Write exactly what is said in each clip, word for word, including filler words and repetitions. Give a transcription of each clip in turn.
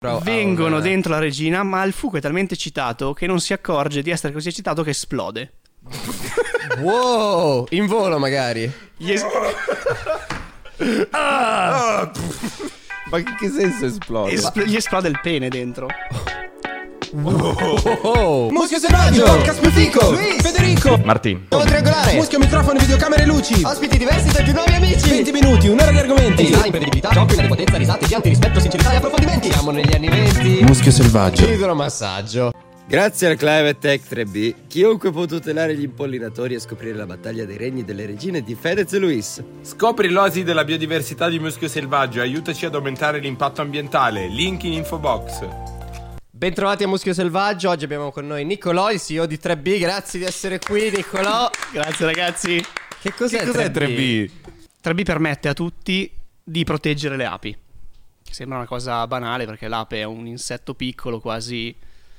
Però vengono una... dentro la regina, ma il fuoco è talmente eccitato che non si accorge di essere così eccitato che esplode. Wow, in volo magari. Gli es- Ah! Ma in che senso esplode? espl- gli esplode il pene dentro. Oh, oh. Muschio selvaggio, podcast più fico, Federico, Martin. nuovo triangolare, muschio, microfono, videocamere, luci, Ospiti diversi tra i più nuovi amici. venti minuti, un'ora di argomenti. Verità, imprevedibilità, giochi, potenza, risate, pianti, rispetto, sincerità e approfondimenti. Siamo negli anni venti. Muschio selvaggio. Idromassaggio. Grazie al Climate Tech tre B, chiunque può tutelare gli impollinatori e scoprire la battaglia dei regni delle regine di Fedez e Luis. Scopri l'oasi della biodiversità di muschio selvaggio e aiutaci ad aumentare l'impatto ambientale. Link in info box. Bentrovati a Muschio Selvaggio, oggi abbiamo con noi Nicolò, il C E O di tre B, grazie di essere qui Nicolò. Grazie ragazzi. Che cos'è, Che cos'è tre B? tre B permette a tutti di proteggere le api. Che sembra una cosa banale perché l'ape è un insetto piccolo, quasi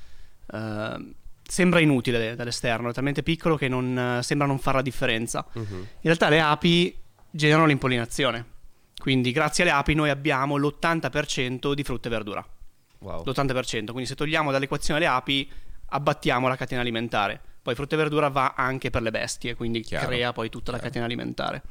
uh, sembra inutile dall'esterno, è talmente piccolo che non, uh, sembra non fare la differenza. Uh-huh. In realtà le api generano l'impollinazione, quindi grazie alle api noi abbiamo l'ottanta per cento di frutta e verdura. Wow. L'ottanta per cento, quindi se togliamo dall'equazione le api abbattiamo la catena alimentare. Poi frutta e verdura va anche per le bestie, quindi Chiaro. crea poi tutta Chiaro. la catena alimentare.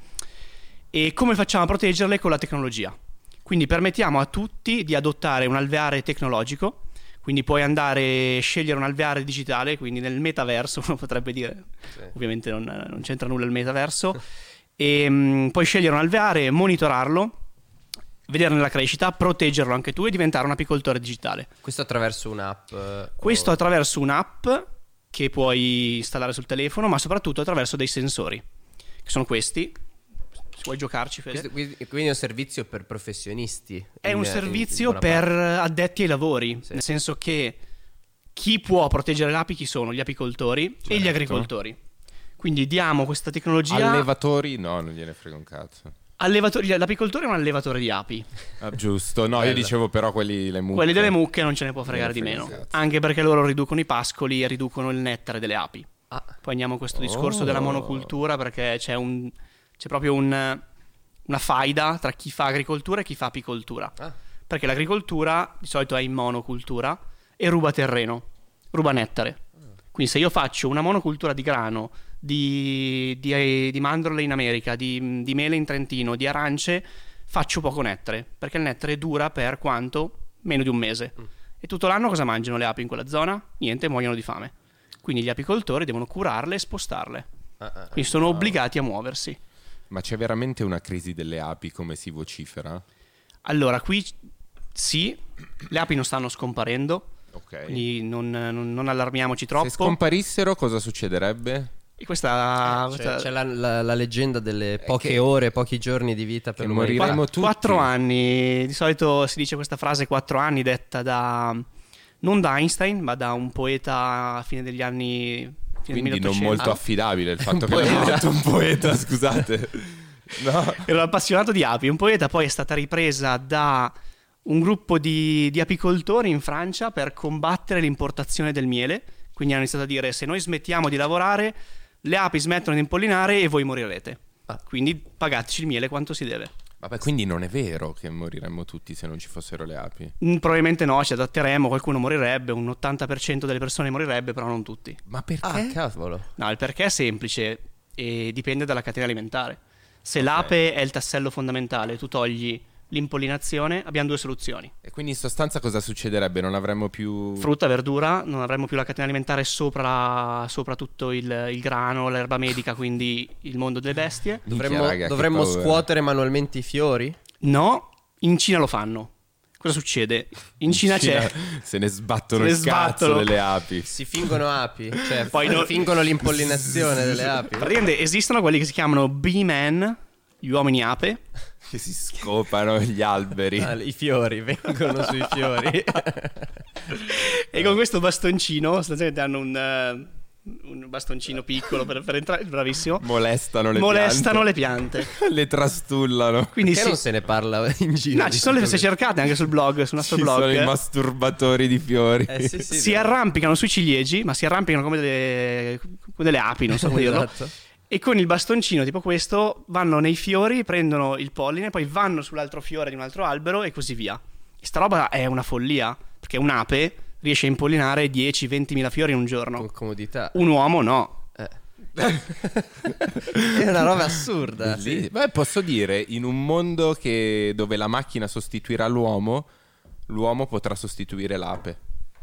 E come facciamo a proteggerle? Con la tecnologia. Quindi permettiamo a tutti di adottare un alveare tecnologico, quindi puoi andare a scegliere un alveare digitale, quindi nel metaverso uno potrebbe dire, sì. Ovviamente non, non c'entra nulla il metaverso, e um, puoi scegliere un alveare, monitorarlo, vederne la crescita, proteggerlo anche tu e diventare un apicoltore digitale. Questo attraverso un'app? Questo o... attraverso un'app che puoi installare sul telefono, ma soprattutto attraverso dei sensori, che sono questi. Se vuoi giocarci, Fede. Questo, quindi è un servizio per professionisti? È in, un servizio per parte. addetti ai lavori, sì. Nel senso che chi può proteggere le api chi sono? Gli apicoltori, certo, e gli agricoltori. Quindi diamo questa tecnologia... Allevatori? No, non gliene frega un cazzo. Allevatori, l'apicoltore è un allevatore di api. Ah, giusto, no, io dicevo però quelli le mucche. Quelli delle mucche non ce ne può fregare di meno, anche perché loro riducono i pascoli e riducono il nettare delle api. Ah. Poi andiamo a questo discorso oh. della monocultura, perché c'è un c'è proprio un, una faida tra chi fa agricoltura e chi fa apicoltura. Ah. Perché l'agricoltura di solito è in monocultura e ruba terreno, ruba nettare. Ah. Quindi se io faccio una monocultura di grano, Di, di, di mandorle in America, di, di mele in Trentino, di arance, faccio poco nettare, perché il nettare dura per quanto? Meno di un mese. Mm. E tutto l'anno cosa mangiano le api in quella zona? Niente, muoiono di fame. Quindi gli apicoltori devono curarle e spostarle. Ah, ah, Quindi sono ah. obbligati a muoversi. Ma c'è veramente una crisi delle api, come si vocifera? Allora, qui sì, le api non stanno scomparendo, okay. Quindi non, non, non allarmiamoci troppo. Se scomparissero cosa succederebbe? E questa, eh, questa... C'è, c'è la, la, la leggenda delle poche che... ore, pochi giorni di vita per moriremo tutti. Quattro anni, di solito si dice questa frase quattro anni, detta da non da Einstein, ma da un poeta a fine degli anni fine quindi del non molto ah. affidabile il fatto che l'ha fatto un poeta, scusate. No. Era un appassionato di api, un poeta, poi è stata ripresa da un gruppo di, di apicoltori in Francia per combattere l'importazione del miele. Quindi hanno iniziato a dire: se noi smettiamo di lavorare, le api smettono di impollinare e voi morirete. Ah. Quindi pagateci il miele quanto si deve. Vabbè, quindi non è vero che moriremmo tutti se non ci fossero le api? Mm, probabilmente no, ci adatteremo, qualcuno morirebbe, un ottanta per cento delle persone morirebbe, però non tutti. Ma perché? Ah, cavolo. No, il perché è semplice e dipende dalla catena alimentare. Se okay. l'ape è il tassello fondamentale, tu togli l'impollinazione, abbiamo due soluzioni. E quindi in sostanza cosa succederebbe? Non avremmo più... frutta, verdura, non avremmo più la catena alimentare sopra, sopra tutto il, il grano, l'erba medica, quindi il mondo delle bestie. Dovremmo, raga, dovremmo scuotere manualmente i fiori? No, in Cina lo fanno. Cosa succede? In, in Cina, Cina c'è... Se ne sbattono se ne il cazzo sbattono. delle api. Si fingono api, cioè poi no... fingono l'impollinazione delle api. Praticamente esistono quelli che si chiamano bee man, gli uomini ape, che si scopano gli alberi. Ah, i fiori, vengono sui fiori. E con questo bastoncino, sostanzialmente hanno un, uh, un bastoncino piccolo per, per entrare, bravissimo. Molestano le Molestano piante. le piante. Le trastullano. Quindi perché si... non se ne parla in giro? No, ci sono le, se cercate anche sul blog, sul nostro ci blog. Ci sono i masturbatori di fiori. Eh, sì, sì, si no. arrampicano sui ciliegi, ma si arrampicano come delle, come delle api, non so come dirlo. Esatto. E con il bastoncino tipo questo vanno nei fiori, prendono il polline, poi vanno sull'altro fiore di un altro albero e così via. Sta roba è una follia, perché un'ape riesce a impollinare dieci venti mila fiori in un giorno. Con comodità. Un uomo no. Eh. È una roba assurda. Sì. Beh, posso dire, in un mondo che, dove la macchina sostituirà l'uomo, l'uomo potrà sostituire l'ape.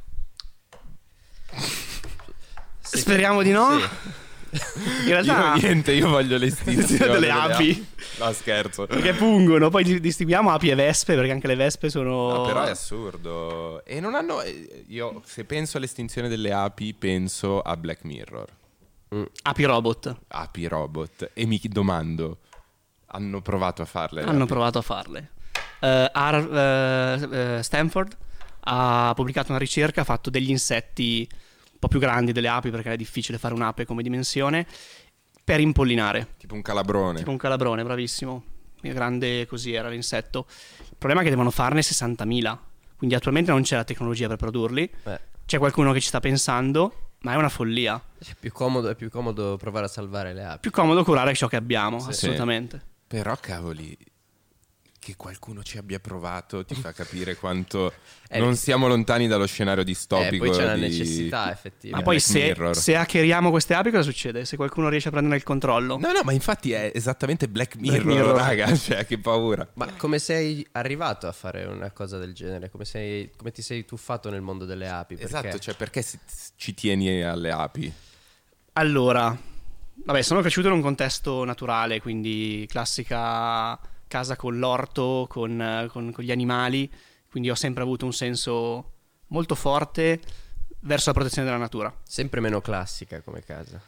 Sì. Speriamo di no. Sì. In realtà io, niente, io voglio l'estinzione delle api. No, scherzo. Perché pungono. Poi distinguiamo api e vespe, perché anche le vespe sono... No, però è assurdo. E non hanno... Io, se penso all'estinzione delle api, penso a Black Mirror. Mm. Api robot. Api robot. E mi domando, hanno provato a farle? Hanno provato a farle. uh, Ar- uh, uh, Stanford ha pubblicato una ricerca, ha fatto degli insetti un po' più grandi delle api, perché è difficile fare un'ape come dimensione, per impollinare. Tipo un calabrone. Tipo un calabrone, bravissimo. Grande così era l'insetto. Il problema è che devono farne sessantamila. Quindi attualmente non c'è la tecnologia per produrli. Beh. C'è qualcuno che ci sta pensando, ma è una follia. È più comodo, è più comodo provare a salvare le api. Più comodo curare ciò che abbiamo, Sì. assolutamente. Sì. Però cavoli, che qualcuno ci abbia provato ti fa capire quanto Eh, non siamo lontani dallo scenario Eh, distopico. poi c'è una di- necessità Ma effettiva. poi Black se, Mirror. se hackeriamo queste api cosa succede? Se qualcuno riesce a prendere il controllo? No, no, ma infatti è esattamente Black Mirror, Mirror. raga, cioè che paura. Ma come sei arrivato a fare una cosa del genere? Come, sei, come ti sei tuffato nel mondo delle api? Perché? Esatto, cioè perché si- ci tieni alle api? Allora, vabbè, sono cresciuto in un contesto naturale, quindi classica casa con l'orto, con, eh, con- con gli animali, quindi ho sempre avuto un senso molto forte verso la protezione della natura. Sempre meno classica come casa.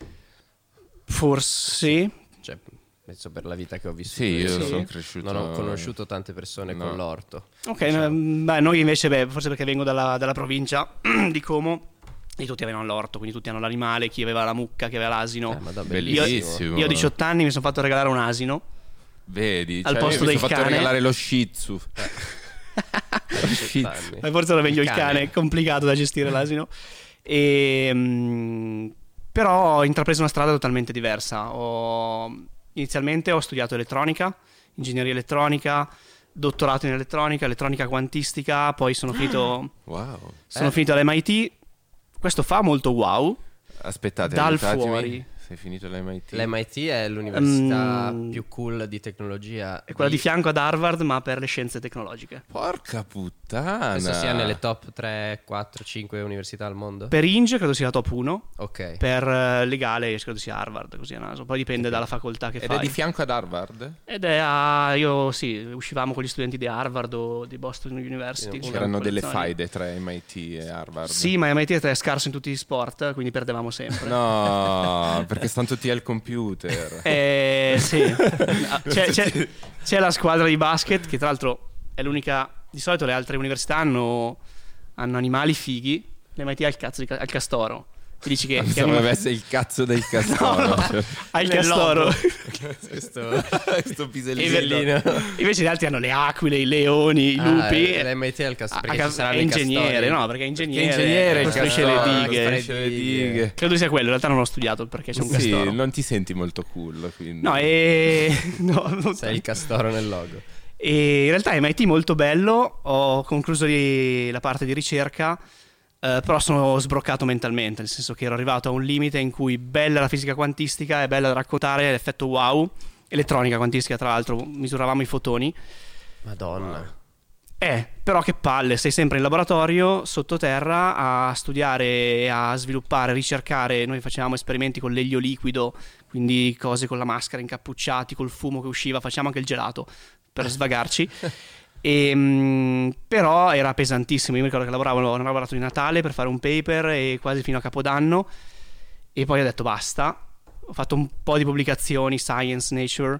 Forse sì. Cioè, penso per la vita che ho vissuto. Sì, io Sì. sono cresciuto. Non ho conosciuto tante persone No. con l'orto. Ok, n- beh, noi invece, beh, forse perché vengo dalla, dalla provincia di Como, e tutti avevano l'orto, quindi tutti hanno l'animale, chi aveva la mucca, chi aveva l'asino. Eh, ma da Bellissimo. bellissimo. Io a diciotto anni mi sono fatto regalare un asino. Vedi, Al cioè, posto io mi del sono fatto cane. regalare lo Shih Tzu. Shih Tzu. Anni. Ma forse era meglio il Il cane, cane. è complicato da gestire l'asino. E, mm, però ho intrapreso una strada totalmente diversa. Ho- inizialmente ho studiato elettronica, ingegneria elettronica, dottorato in elettronica, elettronica quantistica, poi sono finito, Wow. sono Eh. finito all'M I T. Questo fa molto wow. Aspettate, Dal aiutatemi. fuori. Sei finito l'M I T? L'M I T è l'università Mm. più cool di tecnologia. È quella di fianco ad Harvard, ma per le scienze tecnologiche. Porca puttana. Penso sia nelle top tre, quattro, cinque università al mondo. Per Inge credo sia la top uno. Ok. Per eh, legale credo sia Harvard, così a naso. Poi dipende dalla facoltà che Ed fai. è di fianco ad Harvard? Ed è a... io sì, uscivamo con gli studenti di Harvard o di Boston University. Sì, C'erano delle Collezioni. faide tra M I T e Harvard? Sì, ma M I T è scarso in tutti gli sport, quindi perdevamo sempre. No, perché stanno tutti al computer. Eh, sì. c'è, c'è- c'è la squadra di basket, che tra l'altro è l'unica... Di solito le altre università hanno, hanno animali fighi. L'M I T ha il cazzo di ca- ha il castoro. Ti dici che... che Pensavo anima- avesse il cazzo del castoro. No, no. Cioè, ha il Nel castoro. logo. Questo questo pisellino. pisellino. Invece gli altri hanno le aquile, i leoni, i Ah, lupi. l'M I T è il cast- Ah, perché ah, ci saranno è i ingegnere, castori. no, perché è ingegnere. Perché ingegnere, costruisce castoro, le dighe. costruisce le dighe. Credo sia quello, in realtà non l'ho studiato perché c'è un Sì, castoro. non ti senti molto cool, quindi. No, e... no, non Sei il castoro nel logo. E in realtà M I T molto bello, ho concluso di- la parte di ricerca, eh, però sono sbroccato mentalmente, nel senso che ero arrivato a un limite in cui bella la fisica quantistica, è bella da raccontare, l'effetto wow, elettronica quantistica tra l'altro, misuravamo i fotoni. Madonna. Eh, però che palle, sei sempre in laboratorio, sottoterra, a studiare, a sviluppare, ricercare. Noi facevamo esperimenti con l'elio liquido, quindi cose con la maschera, incappucciati, col fumo che usciva, facciamo anche il gelato per svagarci. E, mh, però era pesantissimo. Io mi ricordo che lavoravo, ho lavorato di Natale per fare un paper e quasi fino a Capodanno, e poi ho detto basta. Ho fatto un po' di pubblicazioni, Science, Nature,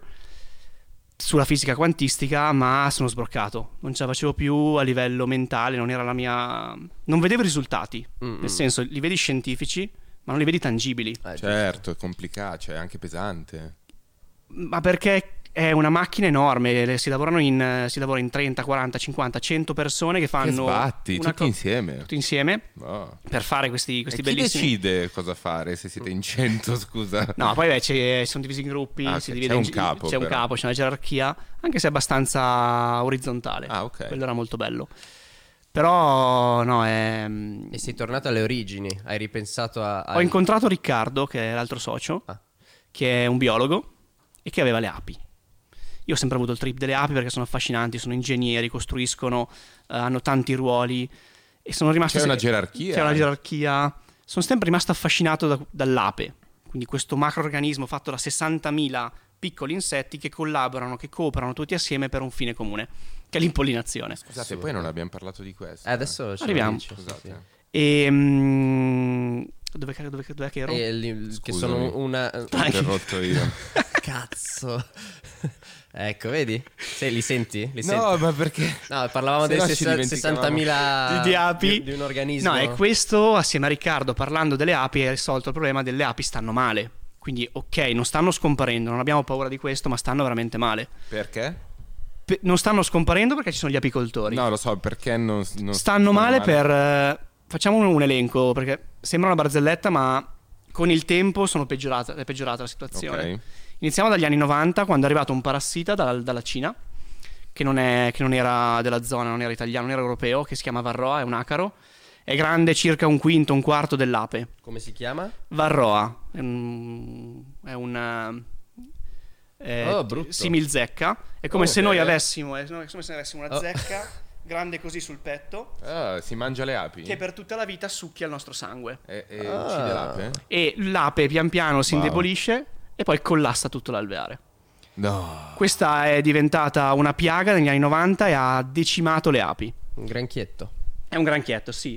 sulla fisica quantistica, ma sono sbroccato, non ce la facevo più a livello mentale, non era la mia... non vedevo i risultati, Mm-mm. nel senso li vedi scientifici ma non li vedi tangibili, Eh, Certo, è complicato, cioè è anche pesante. ma perché è una macchina enorme, le- si lavorano in si lavora in trenta, quaranta, cinquanta, cento persone che fanno Che sbatti, una tutti co- insieme. tutti insieme Oh. per fare questi, questi E chi bellissimi... decide cosa fare se siete in cento, scusa? No, poi beh, c'è- sono divisi in gruppi, Ah, si ok, divide c'è in un gi- capo, c'è un però. capo, c'è una gerarchia, anche se è abbastanza orizzontale. Ah, ok. Quello era molto bello. Però no, è... E sei tornato alle origini, hai ripensato a... a... Ho incontrato Riccardo, che è l'altro socio, ah. che è un biologo e che aveva le api. Io ho sempre avuto il trip delle api perché sono affascinanti, sono ingegneri, costruiscono, uh, hanno tanti ruoli e sono rimasto... C'è una gerarchia. C'è una gerarchia. Sono sempre rimasto affascinato da, dall'ape, quindi questo macroorganismo fatto da sessantamila piccoli insetti che collaborano, che cooperano tutti assieme per un fine comune, che è l'impollinazione. Scusate, poi non abbiamo parlato di questo. Eh, adesso ci arriviamo. Scusate. E um, dove, dove, dove che ero? E li, che sono una... Ti ho interrotto io. Cazzo. Ecco, vedi? Se, li senti? Li No, senti? ma perché? No, parlavamo Se dei no ci sessa- dimenticavamo. sessantamila Di, di api di, di un organismo. No, e questo assieme a Riccardo parlando delle api ha risolto il problema delle api stanno male. Quindi ok, non stanno scomparendo, non abbiamo paura di questo, ma stanno veramente male. Perché? Pe- non stanno scomparendo perché ci sono gli apicoltori. No, lo so, perché non, non stanno male per eh, facciamo un, un elenco, perché sembra una barzelletta, ma con il tempo sono peggiorata, è peggiorata la situazione. Ok. Iniziamo dagli anni novanta, quando è arrivato un parassita dalla, dalla Cina, che non, è, che non era della zona, non era italiano, non era europeo, che si chiama Varroa, è un acaro. È grande circa un quinto, un quarto dell'ape. Come si chiama? Varroa. È un... È un è Oh, brutto. similzecca. È come Oh, se ok. noi avessimo, è come se noi avessimo una Oh. zecca grande così sul petto, Ah, si mangia le api? che per tutta la vita succhia il nostro sangue. E, e Ah. uccide l'ape? E l'ape pian piano si Wow. indebolisce e poi collassa tutto l'alveare. No. Questa è diventata una piaga negli anni novanta e ha decimato le api. Un granchietto. È un granchietto, sì.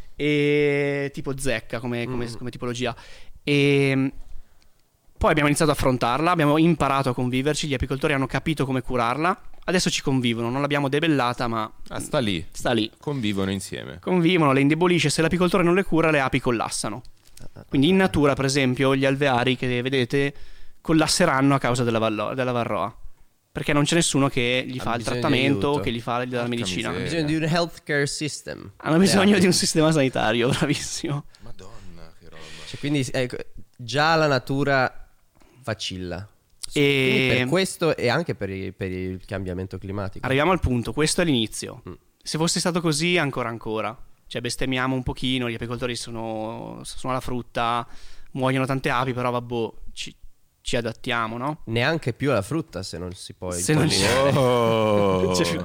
E tipo zecca come, come, Mm. come tipologia. E poi abbiamo iniziato ad affrontarla, abbiamo imparato a conviverci, gli apicoltori hanno capito come curarla. Adesso ci convivono, non l'abbiamo debellata, ma Ah, sta lì. sta lì. Convivono insieme. Convivono, le indebolisce, se l'apicoltore non le cura le api collassano. Quindi in natura, per esempio, gli alveari che vedete collasseranno a causa della, vallo- della varroa. Perché non c'è nessuno che gli Ha fa il bisogno di trattamento, aiuto. che gli fa della Porca medicina. miseria. Ha bisogno di un healthcare system. Hanno bisogno Le di un api. sistema sanitario, bravissimo. Madonna, che roba. Cioè, quindi ecco, già la natura vacilla. Quindi E per questo e anche per, i- per il cambiamento climatico. arriviamo al punto, questo è l'inizio. Mm. Se fosse stato così, ancora ancora. Cioè bestemmiamo un pochino, gli apicoltori sono, sono alla frutta, muoiono tante api, però vabbè, ci, ci adattiamo, no? Neanche più alla frutta se non si può Se non impollinare. Oh. Cioè,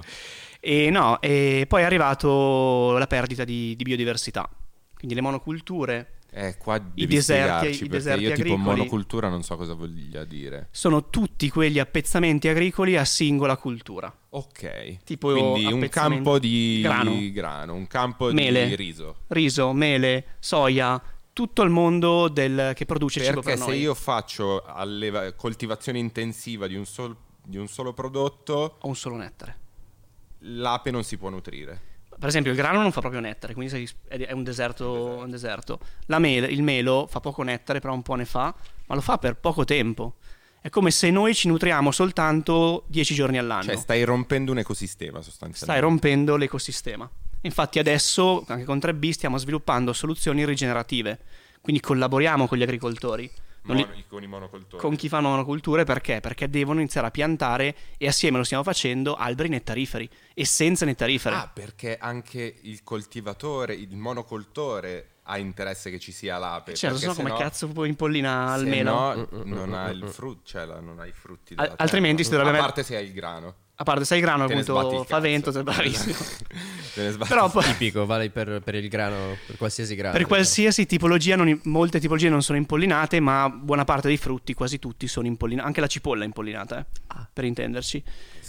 e no, e poi è arrivato la perdita di, di biodiversità. Quindi le monoculture Eh, qua devi deserti- spiegarci, i perché deserti io tipo agricoli- monocultura non so cosa voglia dire. sono tutti quegli appezzamenti agricoli a singola cultura. Ok. Tipo Quindi un appezzamenti- campo di grano. grano, un campo Mele. di riso. Riso, mele, soia, tutto il mondo del, che produce cibo Perché per se noi. io faccio alleva- coltivazione intensiva di un, sol- di un solo prodotto, Ho un solo nettare. l'ape non si può nutrire. Per esempio il grano non fa proprio nettare, quindi sei- è un deserto, un deserto. La mele, il melo fa poco nettare, però un po' ne fa, ma lo fa per poco tempo. È come se noi ci nutriamo soltanto dieci giorni all'anno. Cioè stai rompendo un ecosistema sostanzialmente. Stai rompendo l'ecosistema. Infatti adesso, anche con tre B, stiamo sviluppando soluzioni rigenerative. Quindi collaboriamo con gli agricoltori. Non li- Mono- con i monocoltori. con chi fa monoculture perché? Perché devono iniziare a piantare e assieme lo stiamo facendo alberi nettariferi, essenze nettarifere. Ah, perché anche il coltivatore, il monocoltore ha interesse che ci sia l'ape. certo, perché sennò come no- cazzo poi impollina se al melo? no non ha il frutto, cioè la- non ha i frutti della Al- altrimenti terra. si dovrebbe A met- parte se hai il grano. A parte sai il grano, Te ne sbatti appunto il fa cazzo. vento, sei bravissimo. Te ne sbatti. Però poi Tipico, vale per, per il grano, per qualsiasi grano. per qualsiasi tipologia, non- molte tipologie non sono impollinate, ma buona parte dei frutti, quasi tutti, sono impollinati. Anche la cipolla è impollinata, eh, Ah. per intenderci.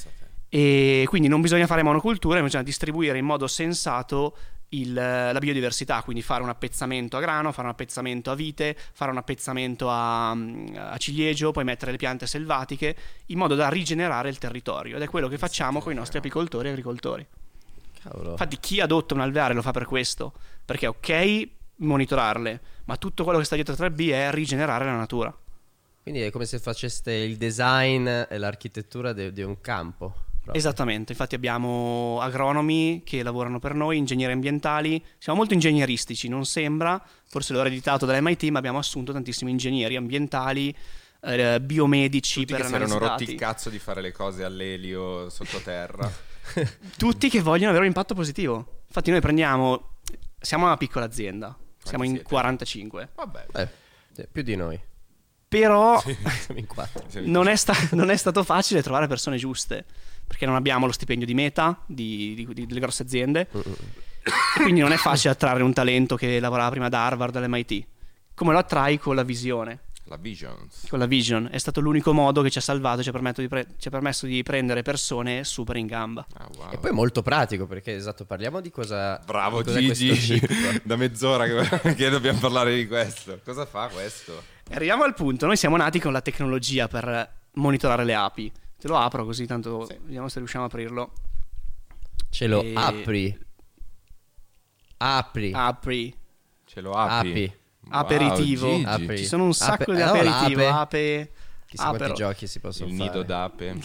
E quindi non bisogna fare monoculture, bisogna distribuire in modo sensato il- la biodiversità, quindi fare un appezzamento a grano, fare un appezzamento a vite, fare un appezzamento a, a ciliegio, poi mettere le piante selvatiche, in modo da rigenerare il territorio. Ed è quello che facciamo con i nostri apicoltori e agricoltori. Cavolo. Infatti chi adotta un alveare lo fa per questo, perché ok monitorarle, ma tutto quello che sta dietro tre B è rigenerare la natura. Quindi è come se faceste il design e l'architettura de- di un campo. proprio. Esattamente, infatti abbiamo agronomi che lavorano per noi, ingegneri ambientali, siamo molto ingegneristici, non sembra, forse l'ho ereditato dall'M I T, ma abbiamo assunto tantissimi ingegneri ambientali, eh, biomedici Tutti per che si erano analisi rotti dati. il cazzo di fare le cose all'elio sottoterra. Tutti che vogliono avere un impatto positivo. Infatti noi prendiamo, siamo una piccola azienda, siamo in siete? quarantacinque. Vabbè. Eh, sì, più di noi. Però Siamo in quattro. non è, sta- non è stato facile trovare persone giuste, perché non abbiamo lo stipendio di Meta, di, di- di- delle grosse aziende, quindi non è facile attrarre un talento che lavorava prima ad Harvard, all'M I T. Come lo attrai? Con la visione, La Visions. con la vision. È stato l'unico modo che ci ha salvato, ci ha, permesso di pre- ci ha permesso di prendere persone super in gamba. Ah, wow. E poi è molto pratico perché, esatto, parliamo di cosa... Bravo di cos'è questo Gigi, chip. da mezz'ora che, che dobbiamo parlare di questo. Cosa fa questo? E arriviamo al punto, noi siamo nati con la tecnologia per monitorare le api. Te lo apro così tanto vediamo se riusciamo a aprirlo. Ce lo E- apri. Apri. Apri. Ce lo apri. Api. Aperitivo. Gigi. Apri. Ci sono un sacco Ape- di allora, aperitivo, ape. ape. Chissà quanti apero. giochi si possono Il fare. nido d'ape.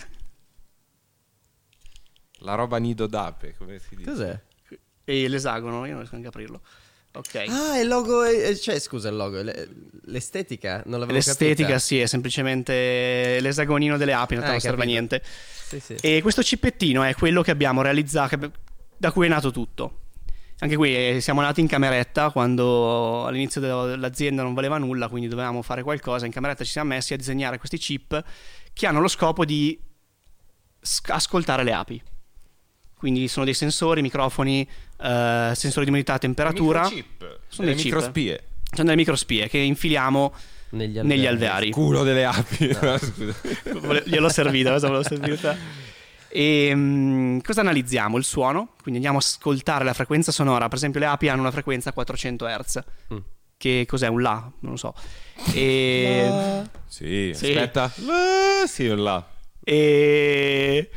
La roba nido d'ape, come si dice? Cos'è? E l'esagono, io non riesco neanche a aprirlo. Ok. Ah, il logo... è- cioè, scusa, il logo. le- L'estetica? Non l'avevo L'estetica, capita. sì, è semplicemente l'esagonino delle api, non Ah, non serve a capito. niente. Sì, sì. E questo cippettino è quello che abbiamo realizzato, che- da cui è nato tutto. Anche qui eh, siamo nati in cameretta quando all'inizio dell'azienda non valeva nulla, quindi dovevamo fare qualcosa. In cameretta ci siamo messi a disegnare questi chip che hanno lo scopo di sc- ascoltare le api. Quindi sono dei sensori, microfoni, eh, sensori di umidità, temperatura. Microchip. Sono delle dei chip. microspie. Sono delle microspie che infiliamo Negli negli alveari. Culo delle api. Scusa. Vole- gliel'ho servito, cosa volevo servire te? E mm, cosa analizziamo? Il suono, quindi andiamo a ascoltare la frequenza sonora. Per esempio le api hanno una frequenza a quattrocento hertz. Mm. Che cos'è? Un La? Non lo so. E, Sì, Sì. aspetta. La- Sì, un là. e,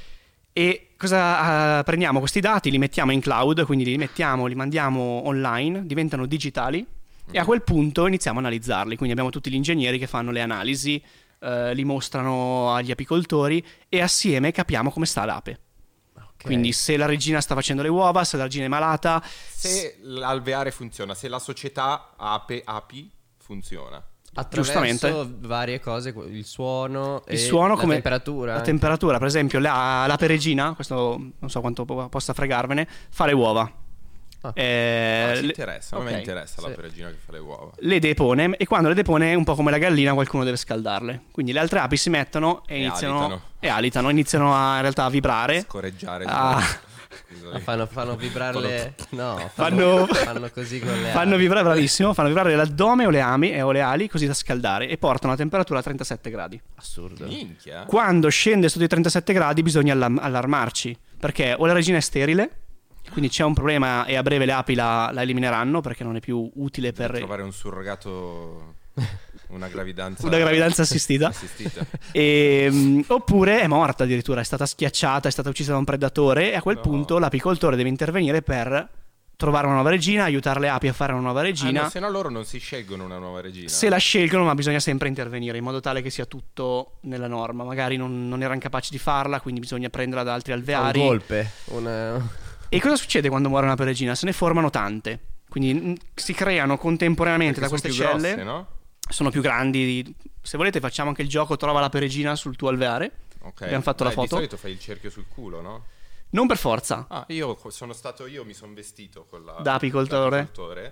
e cosa eh, prendiamo questi dati, li mettiamo in cloud, quindi li mettiamo, li mandiamo online, diventano digitali e a quel punto iniziamo a analizzarli. Quindi abbiamo tutti gli ingegneri che fanno le analisi, eh, li mostrano agli apicoltori e assieme capiamo come sta l'ape. Ok. Quindi se la regina sta facendo le uova, se la regina è malata, Se l'alveare funziona, se la società ape api funziona. Attraverso giustamente. varie cose, il suono il e suono la come temperatura. la anche. temperatura, per esempio, la, l'ape regina, questo non so quanto po- possa fregarvene, fa le uova. Ah. Eh, Ah, ci le- interessa, a me ok. interessa la Sì. peregina che fa le uova. Le depone e quando le depone, un po' come la gallina, qualcuno deve scaldarle. Quindi le altre api si mettono e, E iniziano alitano. e alitano, iniziano a, in realtà a vibrare. Scorreggiare. Ah. Scusami. Ah, fanno, fanno vibrare. No, Fanno- fanno, fanno così con le Fanno ali. vibrare, bravissimo, fanno vibrare l'addome o le ami e o le ali così da scaldare e portano la temperatura a trentasette gradi. Assurdo. Minchia. Quando scende sotto i trentasette gradi bisogna allam- allarmarci, perché o la regina è sterile, quindi c'è un problema e a breve le api la, la elimineranno perché non è più utile per Trovare un surrogato. Una gravidanza. una gravidanza assistita. assistita. E, mm, oppure è morta addirittura, è stata schiacciata, è stata uccisa da un predatore e a quel No. punto l'apicoltore deve intervenire per trovare una nuova regina, aiutare le api a fare una nuova Ah, regina. no, se no loro non si scelgono una nuova regina. Se la scelgono, ma bisogna sempre intervenire in modo tale che sia tutto nella norma. Magari non, non erano capaci di farla, quindi bisogna prenderla da altri Fa un alveari. golpe. Una... E cosa succede quando muore una peregina? Se ne formano tante. Quindi mm, si creano contemporaneamente Perché da sono queste più celle. grosse, no? Sono più grandi. Se volete, facciamo anche il gioco. Trova la peregina sul tuo alveare. Ok. Abbiamo fatto Beh, la foto. Di solito fai il cerchio sul culo, no? Non per forza. Ah, io sono stato io mi sono vestito con la Da apicoltore? da apicoltore,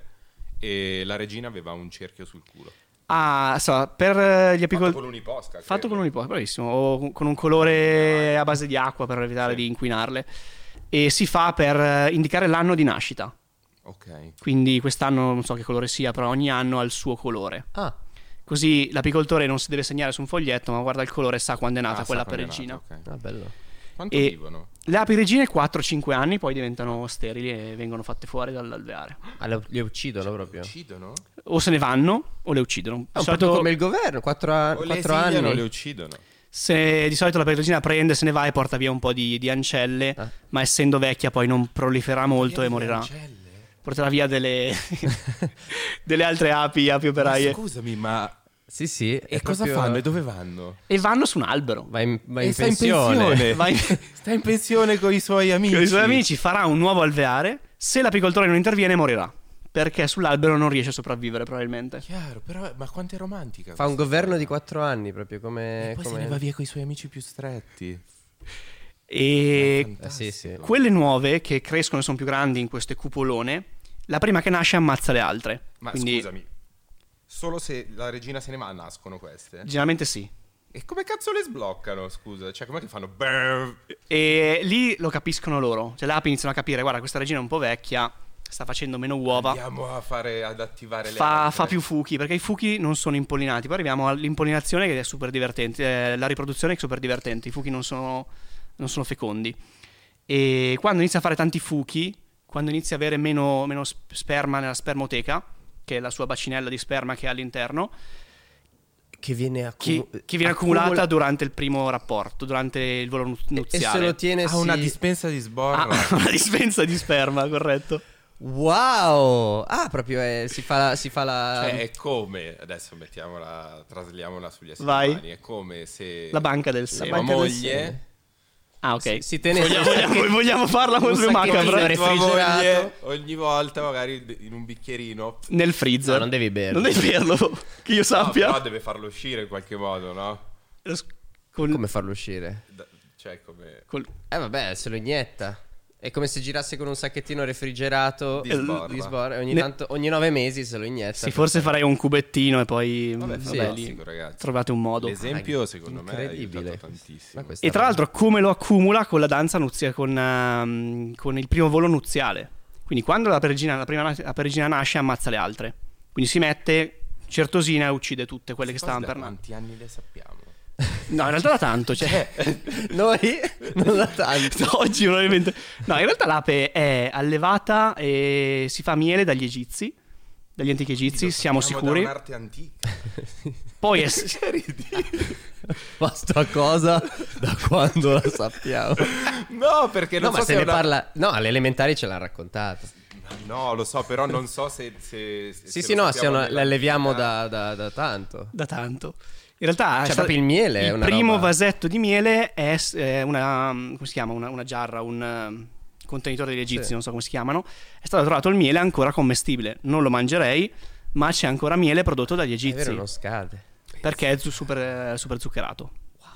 e la regina aveva un cerchio sul culo. Ah, so, per eh, gli Fatto apicol- con l'uniposca. Fatto credo. con un ipo, bravissimo. O con un colore a base di acqua per evitare Sì. di inquinarle. E si fa per eh, indicare l'anno di nascita. Ok. Quindi quest'anno non so che colore sia, però ogni anno ha il suo colore. Ah, Così l'apicoltore non si deve segnare su un foglietto, ma guarda il colore e sa quando è nata Ah, quella sa quando è peregina. nata, ok. ah, bello. Quanto E- vivono? Le api regine quattro cinque anni, poi diventano sterili e vengono fatte fuori dall'alveare. Ah, le, le uccidono proprio. Uccidono? O se ne vanno o le uccidono. Di Ah, un po' solito, come il governo, quattro, a- O le quattro esiliano o anni. le uccidono? se, di solito la peregina prende, se ne va e porta via un po' di, di ancelle, Ah. ma essendo vecchia poi non prolifererà molto e morirà. Ancelle? Porterà via delle, delle altre api, api Ma operaie. scusami, ma Sì, sì. e è cosa proprio- fanno? E dove vanno? E vanno su un albero. Va in, va E in sta in pensione. pensione. Va in- Sta in pensione con i suoi amici. Con i suoi amici farà un nuovo alveare. Se l'apicoltore non interviene, morirà. Perché sull'albero non riesce a sopravvivere, probabilmente. Chiaro, però ma quanto è romantica. Fa un questa governo cosa. di quattro anni proprio come... E poi come... se ne va via con i suoi amici più stretti. E eh, sì, sì. quelle nuove che crescono e sono più grandi in queste cupolone, la prima che nasce ammazza le altre. Ma Quindi, scusami, solo se la regina se ne va nascono queste? generalmente sì. E come cazzo le sbloccano, scusa? Cioè, com'è che fanno? Brrr. E lì lo capiscono loro. Cioè le api iniziano a capire, guarda, questa regina è un po' vecchia, sta facendo meno uova. Andiamo a fare, ad attivare le Fa, altre. fa più fuchi, perché i fuchi non sono impollinati. Poi arriviamo all'impollinazione che è super divertente, eh, la riproduzione che è super divertente. I fuchi non sono, non sono fecondi. E quando inizia a fare tanti fuchi, quando inizia a avere meno, meno sperma nella spermoteca, che è la sua bacinella di sperma che ha all'interno, Che viene, accumu- che, che viene accumula- accumulata durante il primo rapporto, durante il volo nu- e nuziale. se lo tiene Ha sì. una dispensa di sborra. Ah, una dispensa di sperma, corretto. Wow! Ah, proprio eh, si fa la, si fa la Cioè, è come, adesso mettiamola, trasliamola sugli esseri Vai. umani, è come se La banca del la seme. banca del moglie seme. Ah, ok. si, si tiene Vogliamo, vogliamo, vogliamo farla un molto più sacchettino macabra? tua refrigerato. moglie ogni volta magari in un bicchierino. Nel freezer. No, non devi berlo. Non devi berlo, che io No, sappia. però deve farlo uscire in qualche modo, no? Col- Come farlo uscire? Da- cioè, come col- Eh vabbè, se lo inietta. È come se girasse con un sacchettino refrigerato Di sborra. di sborra, e ogni, Ne- tanto, ogni nove mesi se lo inietta. Sì, forse farei un cubettino e poi Vabbè, vabbè, fantastico, lì ragazzi. trovate un modo. l'esempio secondo me ha Incredibile. aiutato tantissimo. Ma questa E tra l'altro come lo accumula con la danza nuziale, con, ehm, con il primo volo nuziale. Quindi quando la perigina, la prima na- la perigina nasce ammazza le altre. Quindi si mette certosina e uccide tutte quelle che stavano per nascere. Quanti anni le sappiamo? No, in realtà da tanto, cioè Noi non da tanto. oggi probabilmente. No, in realtà l'ape è allevata e si fa miele dagli egizi, dagli antichi egizi, siamo sicuri. È un'arte antica. Poi è Che ridi? Ma sta cosa da quando la sappiamo? No, perché non No, so ma se se ne è una- parla. No, alle elementari ce l'hanno raccontato. No, lo so, però non so se, se, se Sì, se sì, lo no, sappiamo se nella- la alleviamo da, da, da tanto. da tanto. In realtà è Cioè, sta- proprio il miele è il una primo roba- vasetto di miele è, s- è una come si chiama? Una, una giarra, un um, contenitore degli egizi, Sì. non so come si chiamano. È stato trovato il miele ancora commestibile. Non lo mangerei, ma c'è ancora miele prodotto dagli È egizi. vero, non scade. Perché è zu- super, super zuccherato.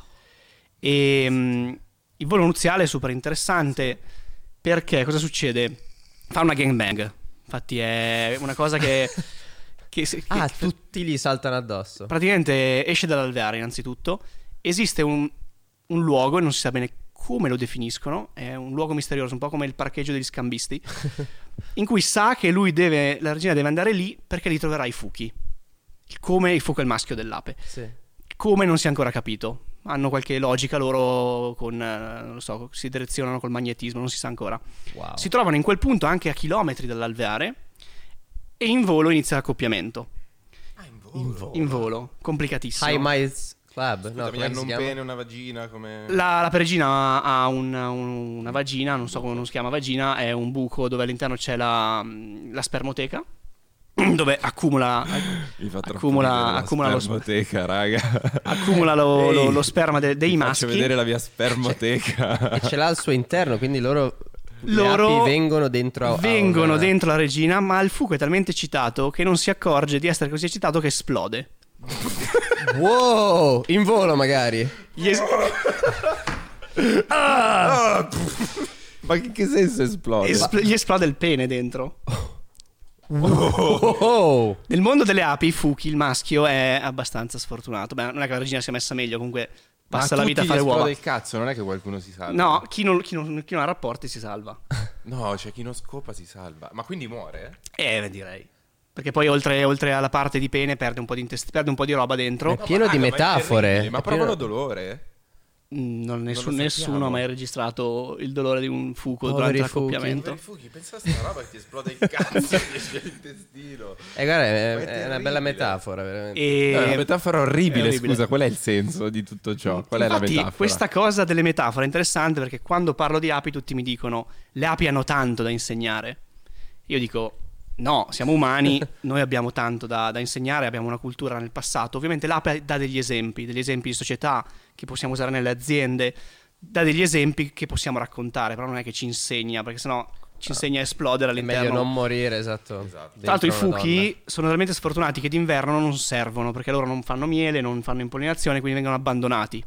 E mm, il volo nuziale è super interessante perché cosa succede? Fa una gangbang. Infatti è una cosa che, che, che- Ah, che- tutti gli saltano addosso. praticamente esce dall'alveare innanzitutto. Esiste un, un luogo, e non si sa bene come lo definiscono, è un luogo misterioso, un po' come il parcheggio degli scambisti, in cui sa che lui deve, la regina deve andare lì perché lì troverà i fuchi. Come il fuoco è il maschio dell'ape. Sì. Come non si è ancora capito. Hanno qualche logica loro con, eh, non lo so, si direzionano col magnetismo, non si sa ancora. Wow. Si trovano in quel punto anche a chilometri dall'alveare e in volo inizia l'accoppiamento. Ah, in volo. In volo. In volo, complicatissimo. High Miles Club. No, Scusami, come hanno si un chiama? pene, una vagina, come... La, la peregina ha un- un- una vagina, non so come non si chiama vagina, è un buco dove all'interno c'è la, la spermoteca, dove accumula, Mi fa troppo accumula, ridere la accumula, lo, spermoteca, raga. accumula lo, lo- Ehi, lo sperma de- dei ti maschi. Faccio vedere la mia spermoteca. E ce l'ha al suo interno, quindi loro, Loro le api vengono dentro a, a vengono una- dentro la regina, ma il fuoco è talmente eccitato che non si accorge di essere così eccitato che esplode. Wow, in volo magari. Gli es- Ma che, che senso esplode? espl- gli esplode il pene dentro. Oh, Nel mondo delle api, i fuchi, il maschio è abbastanza sfortunato. Beh, non è che la regina sia messa meglio, comunque passa Ma la vita a tutti fare gli esplode uova. il cazzo, non è che qualcuno si salva. No, chi non, chi non- chi non ha rapporti si salva. No, cioè chi non scopa si salva. Ma quindi muore? Eh, direi. Perché poi oltre, oltre alla parte di pene perde un po' di, intest- perde un po' di roba dentro. È pieno di raga, ma è metafore. terribile, Ma È pieno- provano dolore? Mm, non- nessun- sappiamo. nessuno ha mai registrato il dolore di un fuco Poveri durante fuchi. l'accoppiamento. Per i fughi, pensa a sta roba che ti esplode il cazzo e esce l'intestino. Eh, guarda, è, Ma è è una terribile. bella metafora, veramente. E... È una metafora orribile, è orribile. scusa, qual è il senso di tutto ciò? Qual è la Infatti, metafora? questa cosa delle metafore è interessante perché quando parlo di api tutti mi dicono le api hanno tanto da insegnare. Io dico no, siamo umani, noi abbiamo tanto da, da insegnare, abbiamo una cultura nel passato. Ovviamente l'ape dà degli esempi, degli esempi di società che possiamo usare nelle aziende, dà degli esempi che possiamo raccontare, però non è che ci insegna, perché sennò ci insegna a esplodere È all'interno. meglio non morire, esatto. Esatto. Tra l'altro i dentro una fuchi donna. sono talmente sfortunati che d'inverno non servono perché loro non fanno miele, non fanno impollinazione, quindi vengono abbandonati.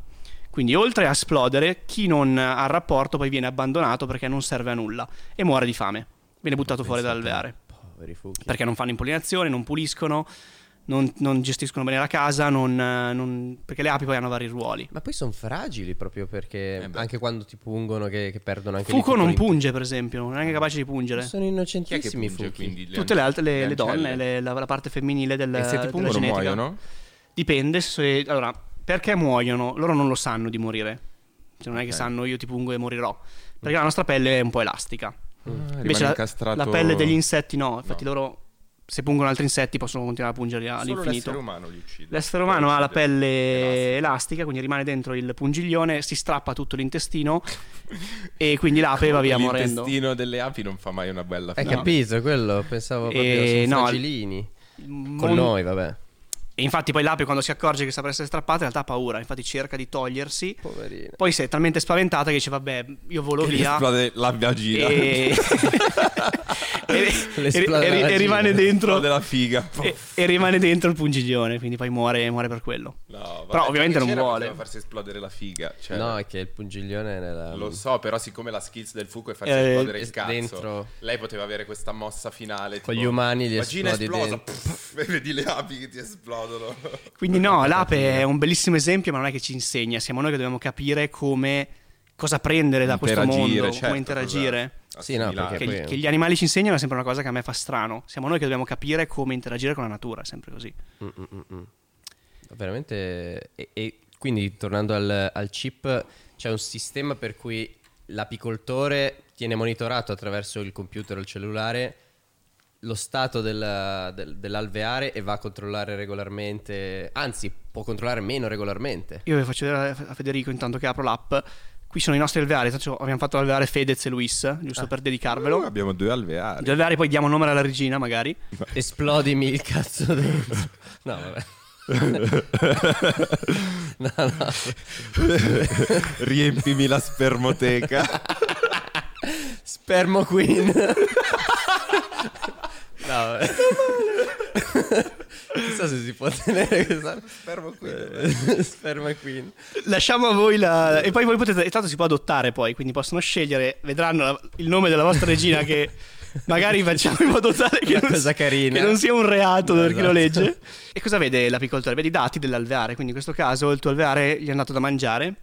Quindi oltre a esplodere, chi non ha il rapporto poi viene abbandonato perché non serve a nulla e muore di fame, viene buttato fuori dall'alveare. Poveri fuchi. Perché non fanno impollinazione, non puliscono, non, non gestiscono bene la casa, non, non, perché le api poi hanno vari ruoli. Ma poi sono fragili proprio perché Eh beh. anche quando ti pungono che, che perdono anche Fuco lì non piccoli- punge, per esempio, non è neanche capace di pungere. Sono Chi è che innocentissimi i punge, fuchi. quindi? Le Tutte le altre, le, le le donne, ancelle? le- la, la parte femminile del, E se ti della pungono genetica. muoiono? Dipende se... Allora, perché muoiono? Loro non lo sanno di morire. Cioè non è che Ok. sanno io ti pungo e morirò. Perché la nostra pelle è un po' elastica. Rimane Invece la, incastrato- la pelle degli insetti no. Infatti loro, se pungono altri insetti, possono continuare a pungere Solo all'infinito. l'essere umano li uccide. L'essere umano ha la Uccide. pelle elastica, quindi rimane dentro il pungiglione, si strappa tutto l'intestino e quindi l'ape va via morendo. L'intestino delle api non fa mai una bella Hai fine. capito? Quello pensavo proprio E sono no, fragilini. Mon- Con noi, vabbè. E infatti poi l'ape quando si accorge che sta per essere strappata in realtà ha paura, infatti cerca di togliersi. Poverino. Poi si è talmente spaventata che dice vabbè io volo Che gli via esplode la vagina. e... e, Le e- esplode e- la e vagina. rimane dentro della figa. e, e rimane dentro il pungiglione, quindi poi muore, muore per quello. No, vabbè, Però ovviamente già che non c'era, vuole. poteva farsi esplodere la figa. Cioè, No, è che il pungiglione è nella... Lo so, però siccome la skills del fuoco è farsi Eh, esplodere il cazzo, dentro- lei poteva avere questa mossa finale. Con tipo, gli umani gli vagina esplodi esplosa, dentro. pff, e vedi le api che ti esplodono. Quindi no, l'ape è un bellissimo esempio, ma non è che ci insegna, siamo noi che dobbiamo capire come cosa prendere da questo Interagire, mondo, certo, come interagire. cosa Sì, no, assimilare. perché Che, poi- che gli animali ci insegnano è sempre una cosa che a me fa strano. Siamo noi che dobbiamo capire come interagire con la natura, è sempre così. Mm, mm, mm, mm. Veramente. E, e quindi tornando al, al chip, c'è un sistema per cui l'apicoltore tiene monitorato attraverso il computer o il cellulare lo stato del- del- dell'alveare e va a controllare regolarmente, anzi può controllare meno regolarmente. Io vi faccio vedere a Federico intanto che apro l'app. Qui sono i nostri alveari, tanto abbiamo fatto l'alveare Fedez e Luis, giusto per dedicarvelo. Uh, abbiamo due alveari. Gli alveari poi diamo il nome alla regina magari. Esplodimi il cazzo dentro. No, vabbè. No, no. Riempimi la spermoteca. Spermo Queen. No, vabbè. Non so se si può tenere questa. Spermo qui. Sperma Queen. Lasciamo a voi la... E poi voi potete... E tanto si può adottare poi, quindi possono scegliere, vedranno la- il nome della vostra regina che magari facciamo in modo tale che, Una non, cosa carina. che non sia un reato per chi lo Esatto. legge. E cosa vede l'apicoltore? Vede i dati dell'alveare, quindi in questo caso il tuo alveare gli è andato da mangiare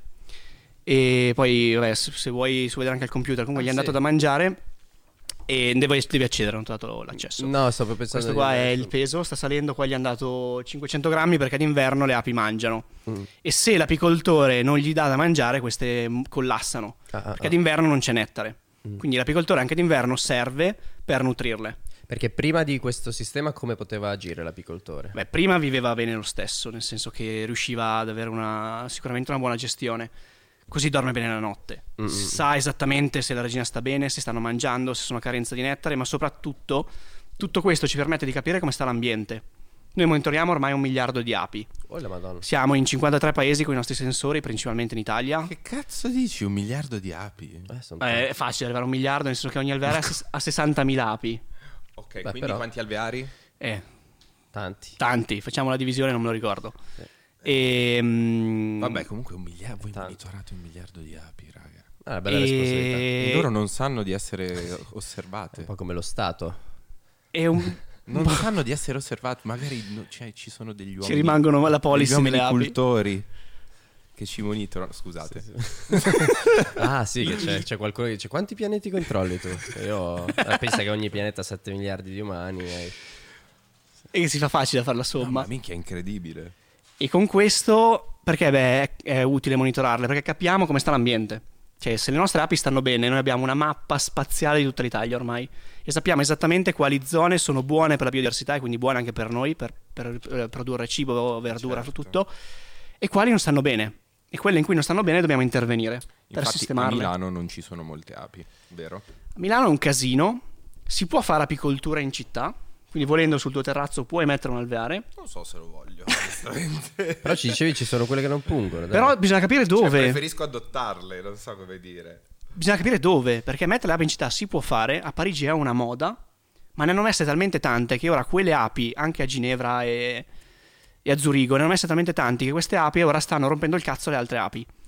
e poi, vabbè, se se vuoi su vedere anche al computer, comunque Ah, gli è sì. andato da mangiare e devi, devi accedere, non ti ho dato l'accesso. No, stavo pensando. Questo di qua è adesso. il peso, sta salendo, qua gli è andato cinquecento grammi perché d'inverno le api mangiano. Mm. E se l'apicoltore non gli dà da mangiare, queste mm, collassano. Ah, ah, perché ah. d'inverno non c'è nettare. Mm. Quindi l'apicoltore anche d'inverno serve per nutrirle. Perché prima di questo sistema come poteva agire l'apicoltore? Beh, prima viveva bene lo stesso, nel senso che riusciva ad avere una, sicuramente una buona gestione. Così dorme bene la notte. Mm-mm. Sa esattamente se la regina sta bene, se stanno mangiando, se sono a carenza di nettare, ma soprattutto tutto questo ci permette di capire come sta l'ambiente. Noi monitoriamo ormai un miliardo di api. Oh la madonna. Siamo in cinquantatré paesi con i nostri sensori, principalmente in Italia. Che cazzo dici? Un miliardo di api? Eh, son Eh, è facile arrivare a un miliardo, nel senso che ogni alveare ha ses- ha sessantamila api. Ok, Beh, quindi però- quanti alveari? Eh, tanti. tanti. Facciamo la divisione, non me lo ricordo. E, mm, Vabbè, comunque un miliardo. Voi Tanto. monitorate un miliardo di api, raga. Ah, bella e- responsabilità. E loro non sanno di essere osservate. Un po' come lo Stato. è un- Non sanno di essere osservati. Magari no- cioè, ci sono degli uomini. ci rimangono la degli policy uomini delle api. cultori che ci monitorano. Scusate. Ah sì, che c'è, c'è qualcuno che dice quanti pianeti controlli tu? Io eh, pensa che ogni pianeta ha sette miliardi di umani. eh. E che si fa facile a fare la No, somma. ma minchia, è incredibile. E con questo, perché beh, è, è utile monitorarle? Perché capiamo come sta l'ambiente. Cioè, se le nostre api stanno bene, noi abbiamo una mappa spaziale di tutta l'Italia ormai e sappiamo esattamente quali zone sono buone per la biodiversità e quindi buone anche per noi, per, per, eh, produrre cibo, verdura, Certo. tutto, e quali non stanno bene. E quelle in cui non stanno bene dobbiamo intervenire per Infatti a sistemarle. Milano non ci sono molte api, vero? A Milano è un casino, si può fare apicoltura in città, quindi volendo sul tuo terrazzo puoi mettere un alveare, Non so se lo voglio, onestamente. Però ci dicevi ci sono quelle che non pungono. dai. però bisogna capire Cioè, dove. preferisco adottarle, non so come dire. Bisogna capire dove, perché mettere le api in città si può fare, a Parigi è una moda, ma ne hanno messe talmente tante che ora quelle api, anche a Ginevra e, e a Zurigo, ne hanno messe talmente tanti che queste api ora stanno rompendo il cazzo alle altre api.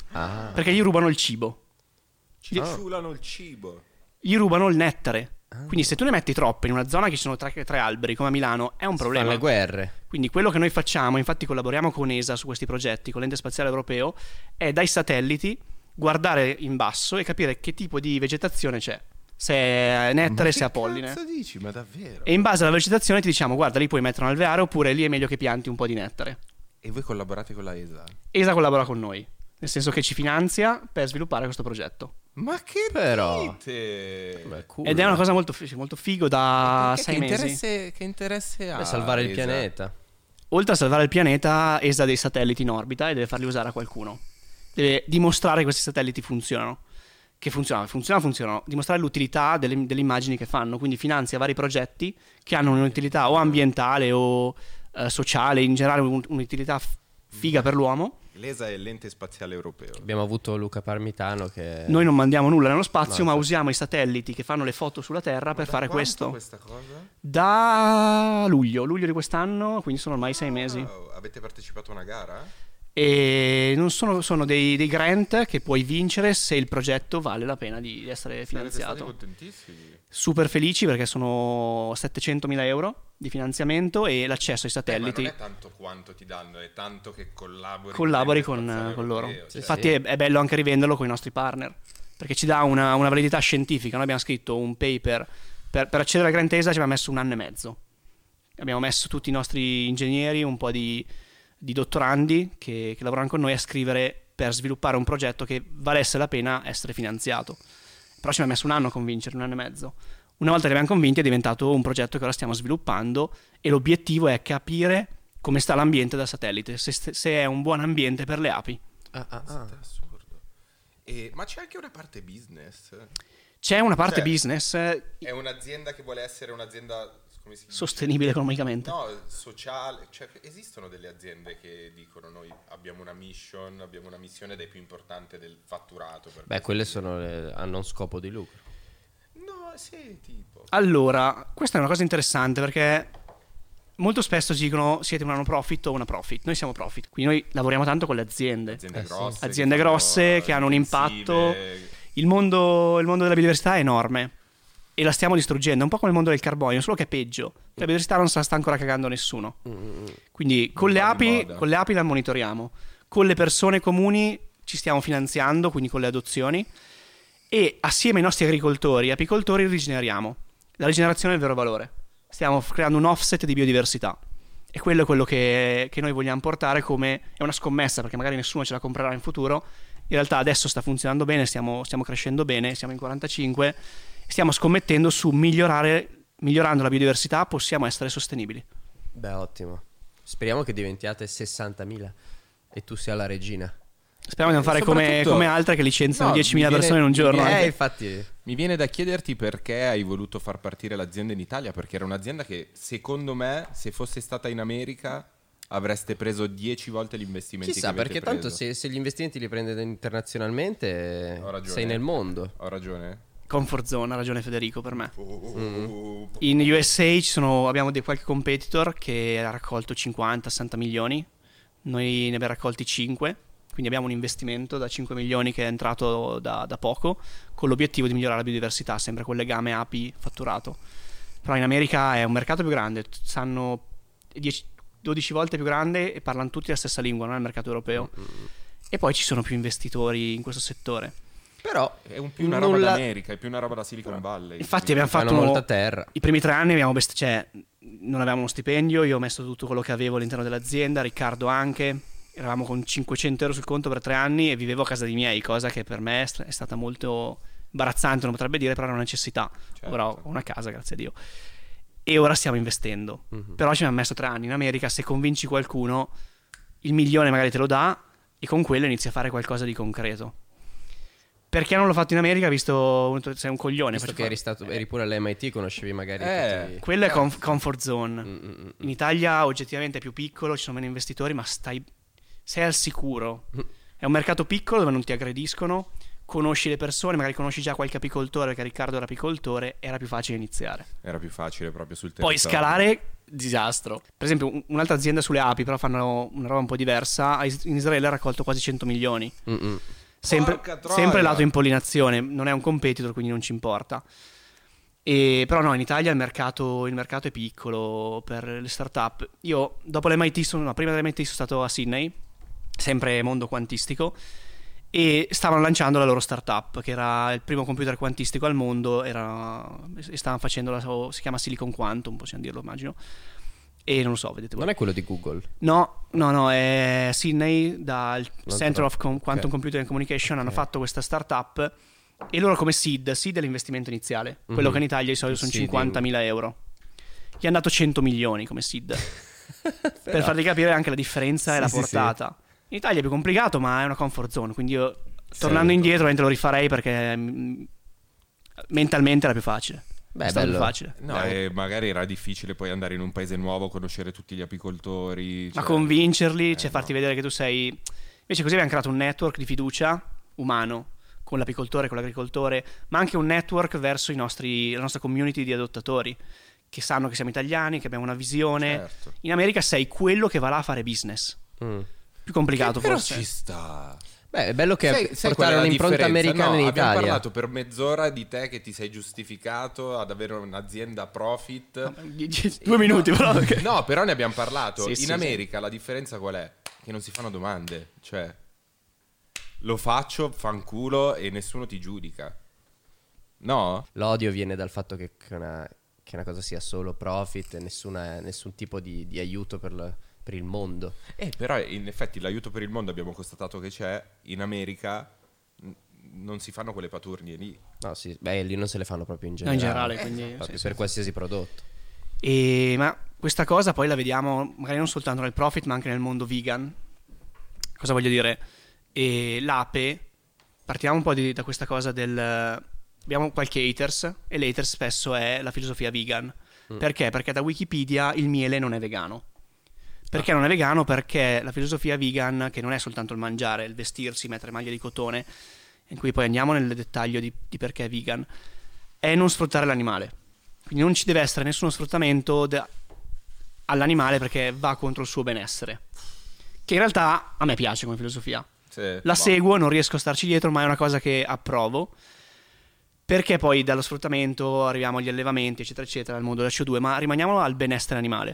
Ah. Perché gli rubano il cibo. Ci ciulano il cibo. Gli rubano il nettare. Quindi se tu ne metti troppe in una zona che ci sono tre, tre alberi come a Milano è un Si problema. fanno le guerre. Quindi quello che noi facciamo, infatti collaboriamo con E S A su questi progetti, con l'ente spaziale europeo, è dai satelliti guardare in basso e capire che tipo di vegetazione c'è. Se è nettare, se è polline. Cosa dici? Ma davvero? E in base alla vegetazione ti diciamo guarda lì puoi mettere un alveare oppure lì è meglio che pianti un po' di nettare. E voi collaborate con la E S A? E S A collabora con noi, nel senso che ci finanzia per sviluppare questo progetto. Ma che Però dite? Beh, cool. Ed è una cosa molto, fi- molto figo da Che- sei che mesi. interesse, che interesse ha? Beh, salvare il E S A? pianeta. Oltre a salvare il pianeta, E S A ha dei satelliti in orbita e deve farli usare a qualcuno. Deve dimostrare che questi satelliti funzionano. Che funzionano, funzionano, funzionano. Dimostrare l'utilità delle, delle immagini che fanno. Quindi finanzia vari progetti che hanno un'utilità o ambientale o eh, sociale, in generale un- un'utilità f- figa per l'uomo. L'E S A è l'ente spaziale europeo. Abbiamo avuto Luca Parmitano che... Noi non mandiamo nulla nello spazio, No, ma infatti. usiamo i satelliti che fanno le foto sulla Terra per Da fare quanto questo. questa cosa? Da luglio, luglio di quest'anno, quindi sono ormai sei mesi. Wow, avete partecipato a una gara? E non sono, sono dei, dei grant che puoi vincere se il progetto vale la pena di essere Siete stati finanziato. contentissimi. Super felici perché sono settecentomila euro di finanziamento e l'accesso ai Eh, ma satelliti. non è tanto quanto ti danno, è tanto che collabori, Collabori con, con, l'ente spaziale con loro. europeo, cioè. Infatti è, è bello anche rivenderlo con i nostri partner perché ci dà una, una validità scientifica. Noi abbiamo scritto un paper per, per accedere alla Grant E S A, ci abbiamo messo un anno e mezzo. Abbiamo messo tutti i nostri ingegneri, un po' di, di dottorandi che, che lavorano con noi a scrivere per sviluppare un progetto che valesse la pena essere finanziato. Però ci abbiamo messo un anno a convincere, un anno e mezzo. Una volta che li abbiamo convinti è diventato un progetto che ora stiamo sviluppando e l'obiettivo è capire come sta l'ambiente da satellite, se, se è un buon ambiente per le api. Ah, ah, ah. Siete assurdo. E- ma c'è anche una parte business? C'è una parte Cioè, business eh, È un'azienda che vuole essere un'azienda, come si dice? sostenibile economicamente. No, sociale. Cioè, esistono delle aziende che dicono noi abbiamo una mission, abbiamo una missione ed è più importante del fatturato. Per Beh, così quelle dire. sono le- hanno un scopo di lucro. No, sì, tipo. Allora, questa è una cosa interessante perché molto spesso ci dicono siete una no profit o una profit. Noi siamo profit, quindi noi lavoriamo tanto con le aziende. Aziende Eh, sì. grosse. Aziende che fanno grosse che hanno un intensive. impatto. Il mondo, il mondo della biodiversità è enorme e la stiamo distruggendo, è un po' come il mondo del carbonio, solo che è peggio. La biodiversità non se la sta ancora cagando nessuno. Quindi con le va di api, moda. con le api la monitoriamo, con le persone comuni ci stiamo finanziando, quindi con le adozioni, e assieme ai nostri agricoltori e apicoltori rigeneriamo. La rigenerazione è il vero valore. Stiamo f- creando un offset di biodiversità. E quello è quello che, che noi vogliamo portare come... È una scommessa, perché magari nessuno ce la comprerà in futuro. In realtà adesso sta funzionando bene, stiamo, stiamo crescendo bene, siamo in quarantacinque, stiamo scommettendo su migliorare, migliorando la biodiversità possiamo essere sostenibili. Beh, ottimo. Speriamo che diventiate sessantamila e tu sia la regina. Speriamo di non fare come, Soprattutto- come altre che licenziano No, diecimila mi viene- persone in un giorno. mi viene- Eh, anche. infatti... Mi viene da chiederti perché hai voluto far partire l'azienda in Italia, perché era un'azienda che secondo me se fosse stata in America avreste preso dieci volte gli investimenti Chissà, che avete perché tanto preso. se, se gli investimenti li prendete internazionalmente Ho ragione. sei nel mondo. Ho ragione? Comfort zone, ha ragione Federico per me. Oh, In U S A ci sono, abbiamo dei qualche competitor che ha raccolto cinquanta sessanta milioni, noi ne abbiamo raccolti cinque, quindi abbiamo un investimento da cinque milioni che è entrato da, da poco, con l'obiettivo di migliorare la biodiversità, sempre quel legame api fatturato. Però in America è un mercato più grande, sanno dieci dodici volte più grande e parlano tutti la stessa lingua, non è il mercato europeo. E poi ci sono più investitori in questo settore. Però È un, più una roba nulla- d'America, è più una roba da Silicon Valley. Infatti abbiamo fanno fatto molta terra. I primi tre anni abbiamo best- cioè, non avevamo uno stipendio, io ho messo tutto quello che avevo all'interno dell'azienda, Riccardo anche. Eravamo con cinquecento euro sul conto per tre anni e vivevo a casa dei miei, cosa che per me è st- è stata molto imbarazzante, non potrebbe dire, però era una necessità. Certo. Ora ho una casa, grazie a Dio. E ora stiamo investendo. Mhm. Però ci abbiamo messo tre anni in America, se convinci qualcuno, il milione magari te lo dà e con quello inizi a fare qualcosa di concreto. Perché non l'ho fatto in America, visto sei un coglione. Visto faccio che eri, fare- stato, eri pure all'M I T, conoscevi magari Eh. tutti... Quello è comf- comfort zone. Mm, mm, mm. In Italia oggettivamente è più piccolo, ci sono meno investitori, ma stai sei al sicuro. È un mercato piccolo dove non ti aggrediscono, conosci le persone, magari conosci già qualche apicoltore, perché Riccardo era apicoltore, era più facile iniziare. Era più facile proprio sul Poi territorio. scalare, disastro. Per esempio, un- un'altra azienda sulle api, però fanno una roba un po' diversa, ha is- in Israele ha raccolto quasi cento milioni. Mm, mm. Sempre, sempre lato impollinazione, non è un competitor, quindi non ci importa. E, però no, in Italia il mercato, il mercato è piccolo per le startup. Io dopo l'M I T, sono, no, prima dell'M I T sono stato a Sydney, sempre mondo quantistico, e stavano lanciando la loro startup, che era il primo computer quantistico al mondo, era, e stavano facendo, la, si chiama Silicon Quantum, possiamo dirlo immagino. E non lo so, vedete voi. Non è quello di Google? No, no, no, è Sydney, dal Center of Com- Quantum okay. Computing and Communication, okay. hanno fatto questa startup. E loro come seed, seed è l'investimento iniziale, mm-hmm. quello che in Italia di solito sono cinquantamila euro. Gli hanno dato cento milioni come seed. Per farvi capire anche la differenza sì, e la portata. Sì, sì. In Italia è più complicato, ma è una comfort zone, quindi io tornando sì, indietro lo rifarei perché mh, mentalmente era più facile. Beh, è bello. Facile. No, e magari era difficile poi andare in un paese nuovo, conoscere tutti gli apicoltori, ma cioè... convincerli, eh, cioè no. farti vedere che tu sei. Invece così abbiamo creato un network di fiducia umano con l'apicoltore, con l'agricoltore, ma anche un network verso i nostri, la nostra community di adottatori che sanno che siamo italiani, che abbiamo una visione. Certo. In America sei quello che va là a fare business. Mm. Più complicato che però forse. Ci sta. Beh, è bello che sai, sai portare un'impronta americana no, in abbiamo Italia. Abbiamo parlato per mezz'ora di te che ti sei giustificato ad avere un'azienda profit. No, due minuti, no, però. Okay. No, però ne abbiamo parlato. Sì, in sì, America sì. la differenza qual è? Che non si fanno domande. Cioè, lo faccio, fanculo e nessuno ti giudica. No? L'odio viene dal fatto che una, che una cosa sia solo profit e nessuna, nessun tipo di, di aiuto per la... per il mondo. Eh, però in effetti l'aiuto per il mondo abbiamo constatato che c'è. In America n- non si fanno quelle paturnie lì. No, sì, beh, lì non se le fanno proprio in No, generale. in generale, quindi, proprio sì, per sì. qualsiasi prodotto. E, ma questa cosa poi la vediamo magari non soltanto nel profit, ma anche nel mondo vegan. Cosa voglio dire? E l'ape, partiamo un po' di, da questa cosa del... Abbiamo qualche haters, e l'haters spesso è la filosofia vegan. Mm. Perché? Perché da Wikipedia il miele non è vegano. Perché non è vegano? Perché la filosofia vegan, che non è soltanto il mangiare, il vestirsi, mettere maglie di cotone, in cui poi andiamo nel dettaglio di, di perché è vegan, è non sfruttare l'animale. Quindi non ci deve essere nessuno sfruttamento de- all'animale perché va contro il suo benessere. Che in realtà a me piace come filosofia. Sì, la boh. seguo, non riesco a starci dietro, ma è una cosa che approvo. Perché poi dallo sfruttamento arriviamo agli allevamenti, eccetera, eccetera, al mondo della C O due, ma rimaniamo al benessere animale.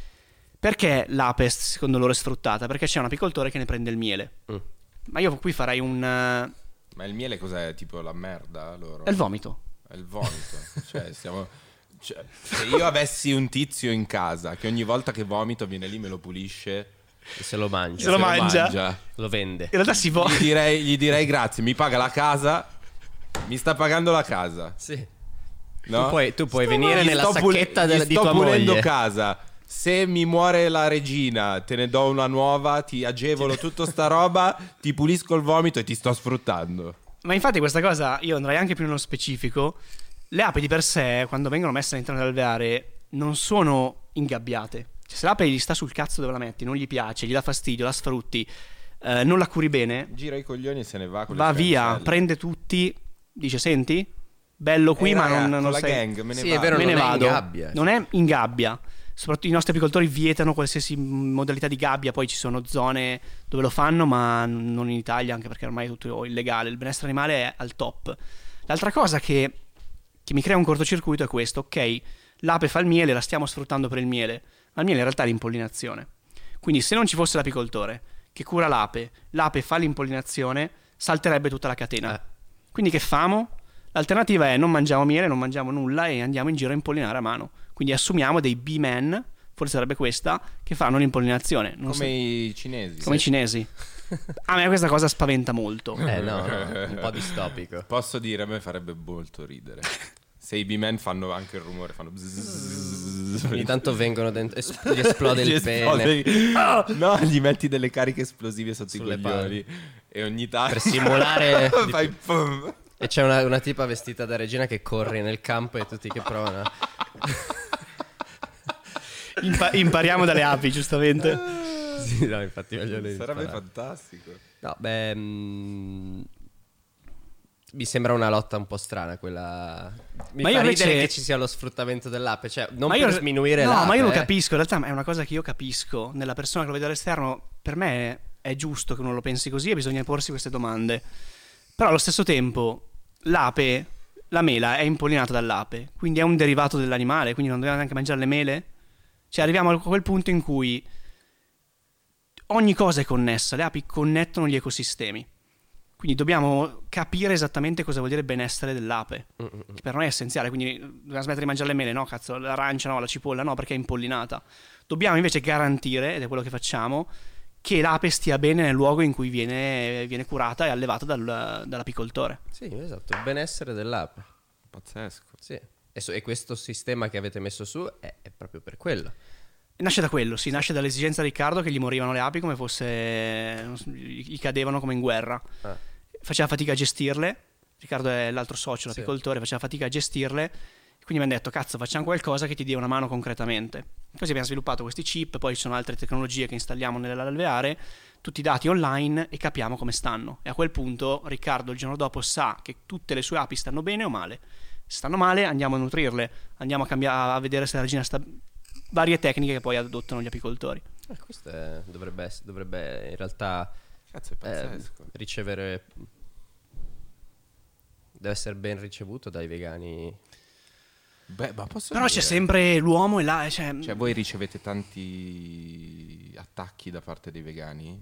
Perché l'ape secondo loro è sfruttata? Perché c'è un apicoltore che ne prende il miele. Mm. Ma io qui farei un... Uh... Ma il miele cos'è? Tipo la merda loro? È il vomito. È il vomito. Cioè stiamo... Cioè, se io avessi un tizio in casa che ogni volta che vomito viene lì, me lo pulisce e se lo mangia, se lo, se mangia. lo mangia, lo vende. In realtà si può. Gli direi, gli direi grazie, mi paga la casa, mi sta pagando la casa. Sì. No? Tu puoi, tu puoi sto venire nella sacchetta pul- de- di sto tua pulendo moglie. casa. Se mi muore la regina, te ne do una nuova, ti agevolo tutta sta roba, ti pulisco il vomito e ti sto sfruttando. Ma infatti questa cosa io andrei anche più nello specifico. Le api di per sé, quando vengono messe all'interno dell'alveare, non sono ingabbiate. Cioè, se l'ape gli sta sul cazzo dove la metti, non gli piace, gli dà fastidio, la sfrutti, eh, non la curi bene, gira i coglioni e se ne va con le va via, scancelle. Prende tutti, dice senti, bello qui, Eh, ma raga, non, con non la sei... gang, me ne Sì, vado. è vero, me non ne è in vado. gabbia. Non è in gabbia. Soprattutto i nostri apicoltori vietano qualsiasi modalità di gabbia. Poi ci sono zone dove lo fanno, ma non in Italia, anche perché ormai è tutto illegale. Il benessere animale è al top. L'altra cosa che, che mi crea un cortocircuito è questo. Ok, l'ape fa il miele, la stiamo sfruttando per il miele, ma il miele in realtà è l'impollinazione. Quindi se non ci fosse l'apicoltore che cura l'ape, l'ape fa l'impollinazione, salterebbe tutta la catena. Eh. Quindi che famo? L'alternativa è non mangiamo miele, non mangiamo nulla e andiamo in giro a impollinare a mano. Quindi assumiamo dei bee-men, forse sarebbe questa, che fanno l'impollinazione. Non Come so- i cinesi. come i cinesi. A me questa cosa spaventa molto. Eh no, no, un po' distopico. Posso dire, a me farebbe molto ridere. Se i B-men fanno anche il rumore, fanno bzzz. Ogni tanto vengono dentro, es- gli esplode Gli il esplode- pene. No, gli metti delle cariche esplosive sotto Sulle i coglioni. E ogni tanto Per simulare di- fai pum. E c'è una, una tipa vestita da regina che corre nel campo e tutti che provano. Impa- impariamo dalle api, giustamente. Sì, no, infatti voglio dire. Sarebbe imparare. fantastico. No, beh, mm, mi sembra una lotta un po' strana quella. Mi Ma fa io ridere invece- che ci sia lo sfruttamento dell'ape, cioè non Ma per io- sminuire no, l'ape. ma io lo eh. capisco. In realtà è una cosa che io capisco nella persona che lo vede all'esterno. Per me è giusto che uno lo pensi così e bisogna porsi queste domande. Però allo stesso tempo l'ape, la mela è impollinata dall'ape, quindi è un derivato dell'animale, quindi non dobbiamo neanche mangiare le mele? Cioè arriviamo a quel punto in cui ogni cosa è connessa, le api connettono gli ecosistemi. Quindi dobbiamo capire esattamente cosa vuol dire benessere dell'ape, che per noi è essenziale. Quindi dobbiamo smettere di mangiare le mele, no cazzo, l'arancia no, la cipolla no, perché è impollinata. Dobbiamo invece garantire, ed è quello che facciamo, che l'ape stia bene nel luogo in cui viene, viene curata e allevata dal, dall'apicoltore. Sì, esatto, il benessere dell'ape. Pazzesco. Sì. E, so, e questo sistema che avete messo su è, è proprio per quello. Nasce da quello, sì, nasce dall'esigenza di Riccardo che gli morivano le api come fosse... gli cadevano come in guerra. Ah. Faceva fatica a gestirle. Riccardo è l'altro socio, l'apicoltore, sì. Faceva fatica a gestirle. Quindi mi hanno detto, cazzo, facciamo qualcosa che ti dia una mano concretamente. Così abbiamo sviluppato questi chip, poi ci sono altre tecnologie che installiamo nell'alveare, tutti i dati online e capiamo come stanno. E a quel punto Riccardo il giorno dopo sa che tutte le sue api stanno bene o male. Se stanno male andiamo a nutrirle, andiamo a, cambiare, a vedere se la regina sta... varie tecniche che poi adottano gli apicoltori. Eh, questo è, dovrebbe, essere, dovrebbe in realtà Cazzo, è pazzesco. Eh, ricevere... deve essere ben ricevuto dai vegani. Beh, ma posso Però dire... c'è sempre l'uomo e là... Cioè... cioè voi ricevete tanti attacchi da parte dei vegani?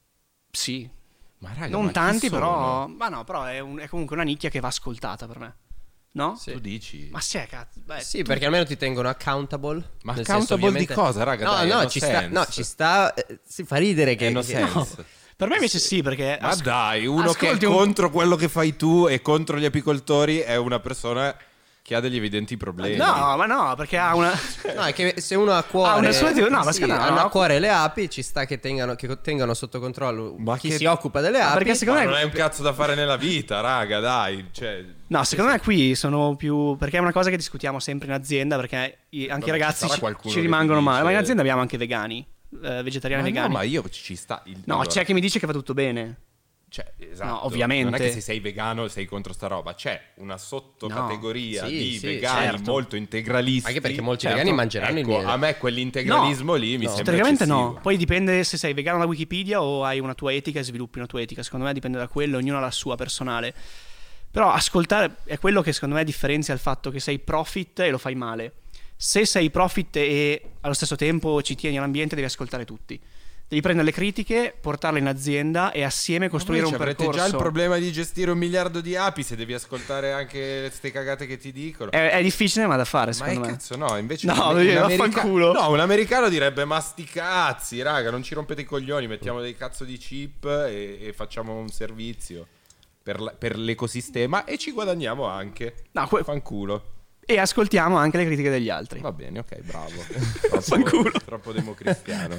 Sì. Ma raga, non ma tanti però... Ma no, però è, un, è comunque una nicchia che va ascoltata per me. No? Sì. Tu dici? Ma sì, cazzo. Beh, sì, tu... perché almeno ti tengono accountable. Ma accountable senso, ovviamente... di cosa, raga? No, dai, no, ci sta, no, ci sta. Eh, si fa ridere che... No, che... no. Per me invece sì, perché... Ma asco... dai, uno che è un... contro quello che fai tu e contro gli apicoltori è una persona... che ha degli evidenti problemi. No, ma no, perché ha una... No, è che se uno ha a cuore... Ha una sua... No, ma sì, no, hanno no. a cuore le api, ci sta che tengano, che tengano sotto controllo ma chi che... si occupa delle api. Perché secondo ma me... non è un cazzo da fare nella vita, raga, dai. Cioè... No, secondo me qui sono più... Perché è una cosa che discutiamo sempre in azienda, perché anche Vabbè, i ragazzi ci, ci rimangono male. Ma in azienda abbiamo anche vegani, eh, vegetariani ma vegani. No, ma io ci sta... Il... No, allora... c'è chi mi dice che va tutto bene. Cioè, esatto. No, ovviamente. Non è che se sei vegano sei contro sta roba. C'è una sottocategoria no, sì, di sì, vegani certo. molto integralisti. Anche perché molti certo. vegani mangeranno ecco, il miele. A me quell'integralismo no, lì mi no. sembra Teoricamente eccessivo. no. Poi dipende se sei vegano da Wikipedia o hai una tua etica e sviluppi una tua etica. Secondo me dipende da quello, ognuno ha la sua personale. Però ascoltare è quello che secondo me differenzia il fatto che sei profit e lo fai male. Se sei profit e allo stesso tempo ci tieni all'ambiente, devi ascoltare tutti. Devi prendere le critiche, portarle in azienda e assieme costruire un percorso. Avrete già il problema di gestire un miliardo di api se devi ascoltare anche queste cagate che ti dicono. È, è difficile ma da fare, secondo ma me. Ma cazzo no, invece no, un, un america... culo. No, un americano direbbe ma sti cazzi, raga, non ci rompete i coglioni, mettiamo dei cazzo di chip e, e facciamo un servizio per, la, per l'ecosistema e ci guadagniamo anche. No, que... fanculo. E ascoltiamo anche le critiche degli altri. Va bene, ok, bravo. Troppo, troppo democristiano.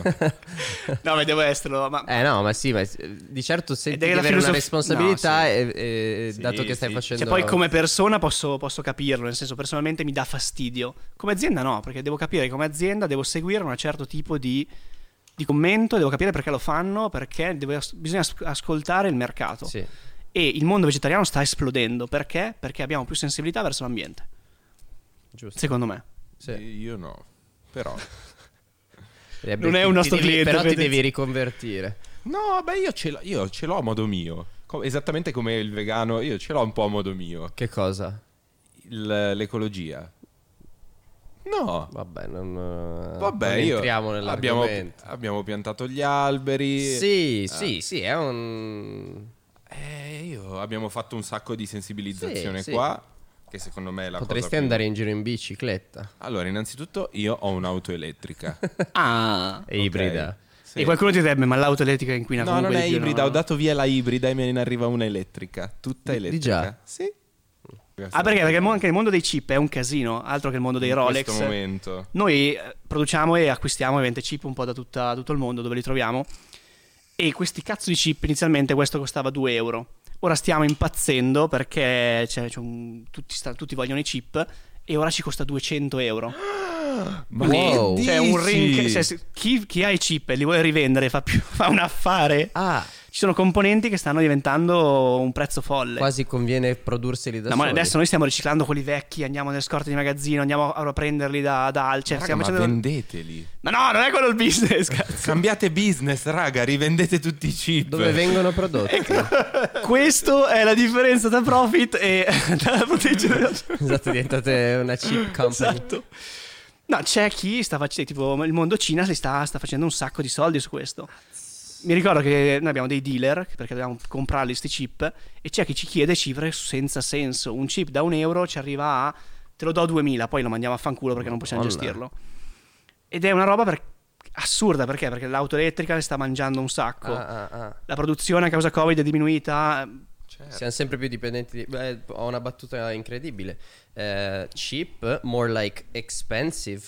No, ma devo esserlo. Ma... Eh no, ma sì, ma di certo senti di avere filosof... una responsabilità, no, sì. e, e, sì, dato che stai sì. facendo... Cioè, poi come persona posso, posso capirlo, nel senso personalmente mi dà fastidio. Come azienda no, perché devo capire che come azienda devo seguire un certo tipo di, di commento, devo capire perché lo fanno, perché devo, bisogna ascoltare il mercato. Sì. E il mondo vegetariano sta esplodendo, perché? Perché abbiamo più sensibilità verso l'ambiente. Giusto. Secondo me. Sì. Io no, però non è un nostro devi, cliente, però vedete. ti devi riconvertire. No, beh, io ce l'ho, io ce l'ho a modo mio. Com- esattamente come il vegano, io ce l'ho un po' a modo mio. Che cosa? Il, l'ecologia. No. Vabbè, non, Vabbè, non io entriamo nell'argomento. Abbiamo, abbiamo piantato gli alberi. Sì, eh. sì, sì, è un... Eh, io abbiamo fatto un sacco di sensibilizzazione sì, qua. Che secondo me è la Potresti cosa andare più... in giro in bicicletta. Allora, innanzitutto io ho un'auto elettrica. Ah, è ibrida. Okay. Sì. E qualcuno ti direbbe, ma l'auto elettrica inquina no, comunque non è di più, ibrida, no? ho dato via la ibrida e me ne arriva una elettrica. Tutta Di elettrica. già? Sì. Ah, perché? Perché anche il mondo dei chip è un casino, altro che il mondo dei in Rolex. questo momento. Noi eh, produciamo e acquistiamo ovviamente chip un po' da tutta, tutto il mondo dove li troviamo. E questi cazzo di chip inizialmente questo costava due euro. Ora stiamo impazzendo perché c'è, c'è un, tutti, sta, tutti vogliono i chip e ora ci costa duecento euro. Ma wow. C'è un ring, cioè, chi, chi ha i chip e li vuole rivendere fa, più, fa un affare. Ah, ci sono componenti che stanno diventando un prezzo folle. Quasi conviene produrseli da no, soli. Ma adesso noi stiamo riciclando quelli vecchi, andiamo nelle scorte di magazzino, andiamo a prenderli da, da Alce. Raga, stiamo ma facendo... vendeteli. Ma no, non è quello il business, cazzo. Cambiate business, raga, rivendete tutti i chip. Dove vengono prodotti? Questo è la differenza tra profit e da proteggere. Esatto, diventate una chip company. Esatto. No, c'è chi sta facendo, tipo il mondo Cina si sta, sta facendo un sacco di soldi su questo. Mi ricordo che noi abbiamo dei dealer perché dobbiamo comprarli sti chip e c'è chi ci chiede cifre senza senso. Un chip da un euro ci arriva a te lo do a duemila, poi lo mandiamo a fanculo perché non possiamo Madonna. gestirlo. Ed è una roba per... assurda, perché? Perché l'auto elettrica ne sta mangiando un sacco. Ah, ah, ah. La produzione a causa Covid è diminuita. Certo. Siamo sempre più dipendenti. Beh, ho una battuta incredibile. Eh, cheap, more like expensive.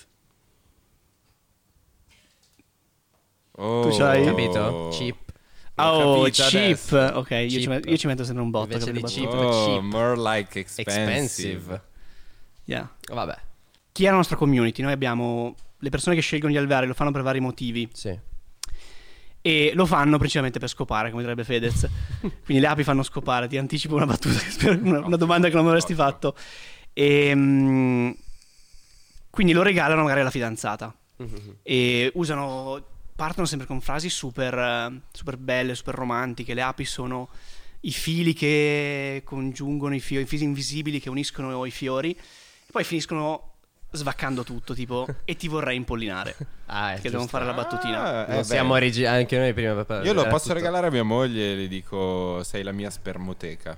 Oh. Tu c'hai? Capito? Cheap. Oh, capito cheap. adesso. Ok, io ci, Cheap. metto, io ci metto sempre un botto. Invece che di le cheap. battute. Oh, cheap. more like expensive. Expensive. Yeah. Vabbè, Chi è la nostra community? Noi abbiamo le persone che scelgono gli alveari, lo fanno per vari motivi. sì. E lo fanno principalmente per scopare, come direbbe Fedez. Quindi le api fanno scopare. Ti anticipo una battuta, una, una domanda che non mi avresti fatto. E, mm, quindi lo regalano magari alla fidanzata. Mhm. E usano, partono sempre con frasi super, eh, super belle, super romantiche. Le api sono i fili che congiungono i fiori, i fili invisibili che uniscono i fiori. E poi finiscono svaccando tutto, tipo e ti vorrei impollinare. Ah, è Che devono giusto. fare la battutina. Ah, eh, Lo beh. siamo origi- anche noi prima. papà, Io lo era posso tutto- regalare a mia moglie e le dico sei la mia spermoteca.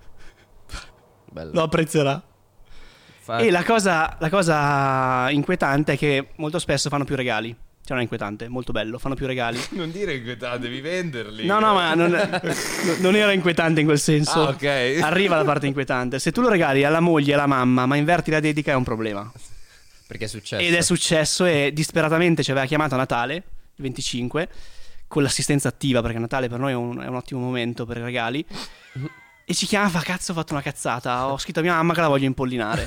Bello. Lo apprezzerà. Fa- E la cosa, la cosa inquietante è che molto spesso fanno più regali. Cioè non è inquietante, è molto bello, fanno più regali. Non dire inquietante, devi venderli. No, no, ma non, non era inquietante in quel senso. Ah, ok. Arriva la parte inquietante. Se tu lo regali alla moglie e alla mamma, ma inverti la dedica, è un problema. Perché è successo. Ed è successo e disperatamente ci aveva chiamato a Natale, il venticinque, con l'assistenza attiva, perché Natale per noi è un, è un ottimo momento per i regali. E ci chiama, fa cazzo, ho fatto una cazzata, ho scritto a mia mamma che la voglio impollinare.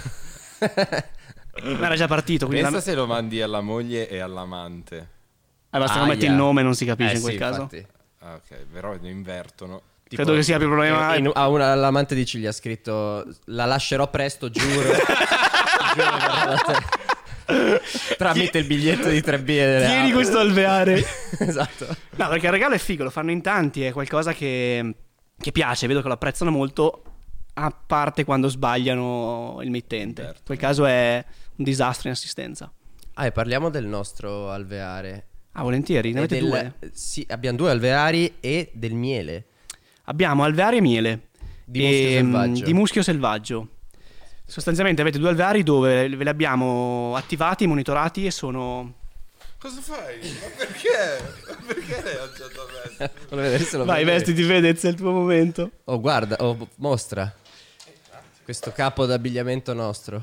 Ma era già partito, quindi Pensa la... se lo mandi alla moglie e all'amante. eh, basta che Aia. metti il nome, non si capisce Eh in quel sì, caso. infatti. Ah, ok, però lo invertono. Tipo, Credo che sia più problema. in- a una, l'amante di Ciglia ha scritto la lascerò presto, giuro. Giuro che verrà da te. Tramite il biglietto di tre B delle Tieni api. questo alveare. Esatto. No, perché il regalo è figo, lo fanno in tanti, è qualcosa che, che piace, vedo che lo apprezzano molto, a parte quando sbagliano il mittente. In quel caso è un disastro in assistenza. Ah, e parliamo del nostro alveare. Ah, volentieri, ne E avete del- due. Sì, abbiamo due alveari e del miele. Abbiamo alveare e miele. Di muschio Ehm, selvaggio. Di muschio selvaggio. Sostanzialmente avete due alveari dove ve li abbiamo attivati, monitorati e sono... Cosa fai? Ma perché? Ma perché l'hai lanciato a me? Volevo vedere se lo Vai, vedi. vestiti, Fedez, è il tuo momento. Oh, guarda, oh, mostra. Questo capo d'abbigliamento nostro.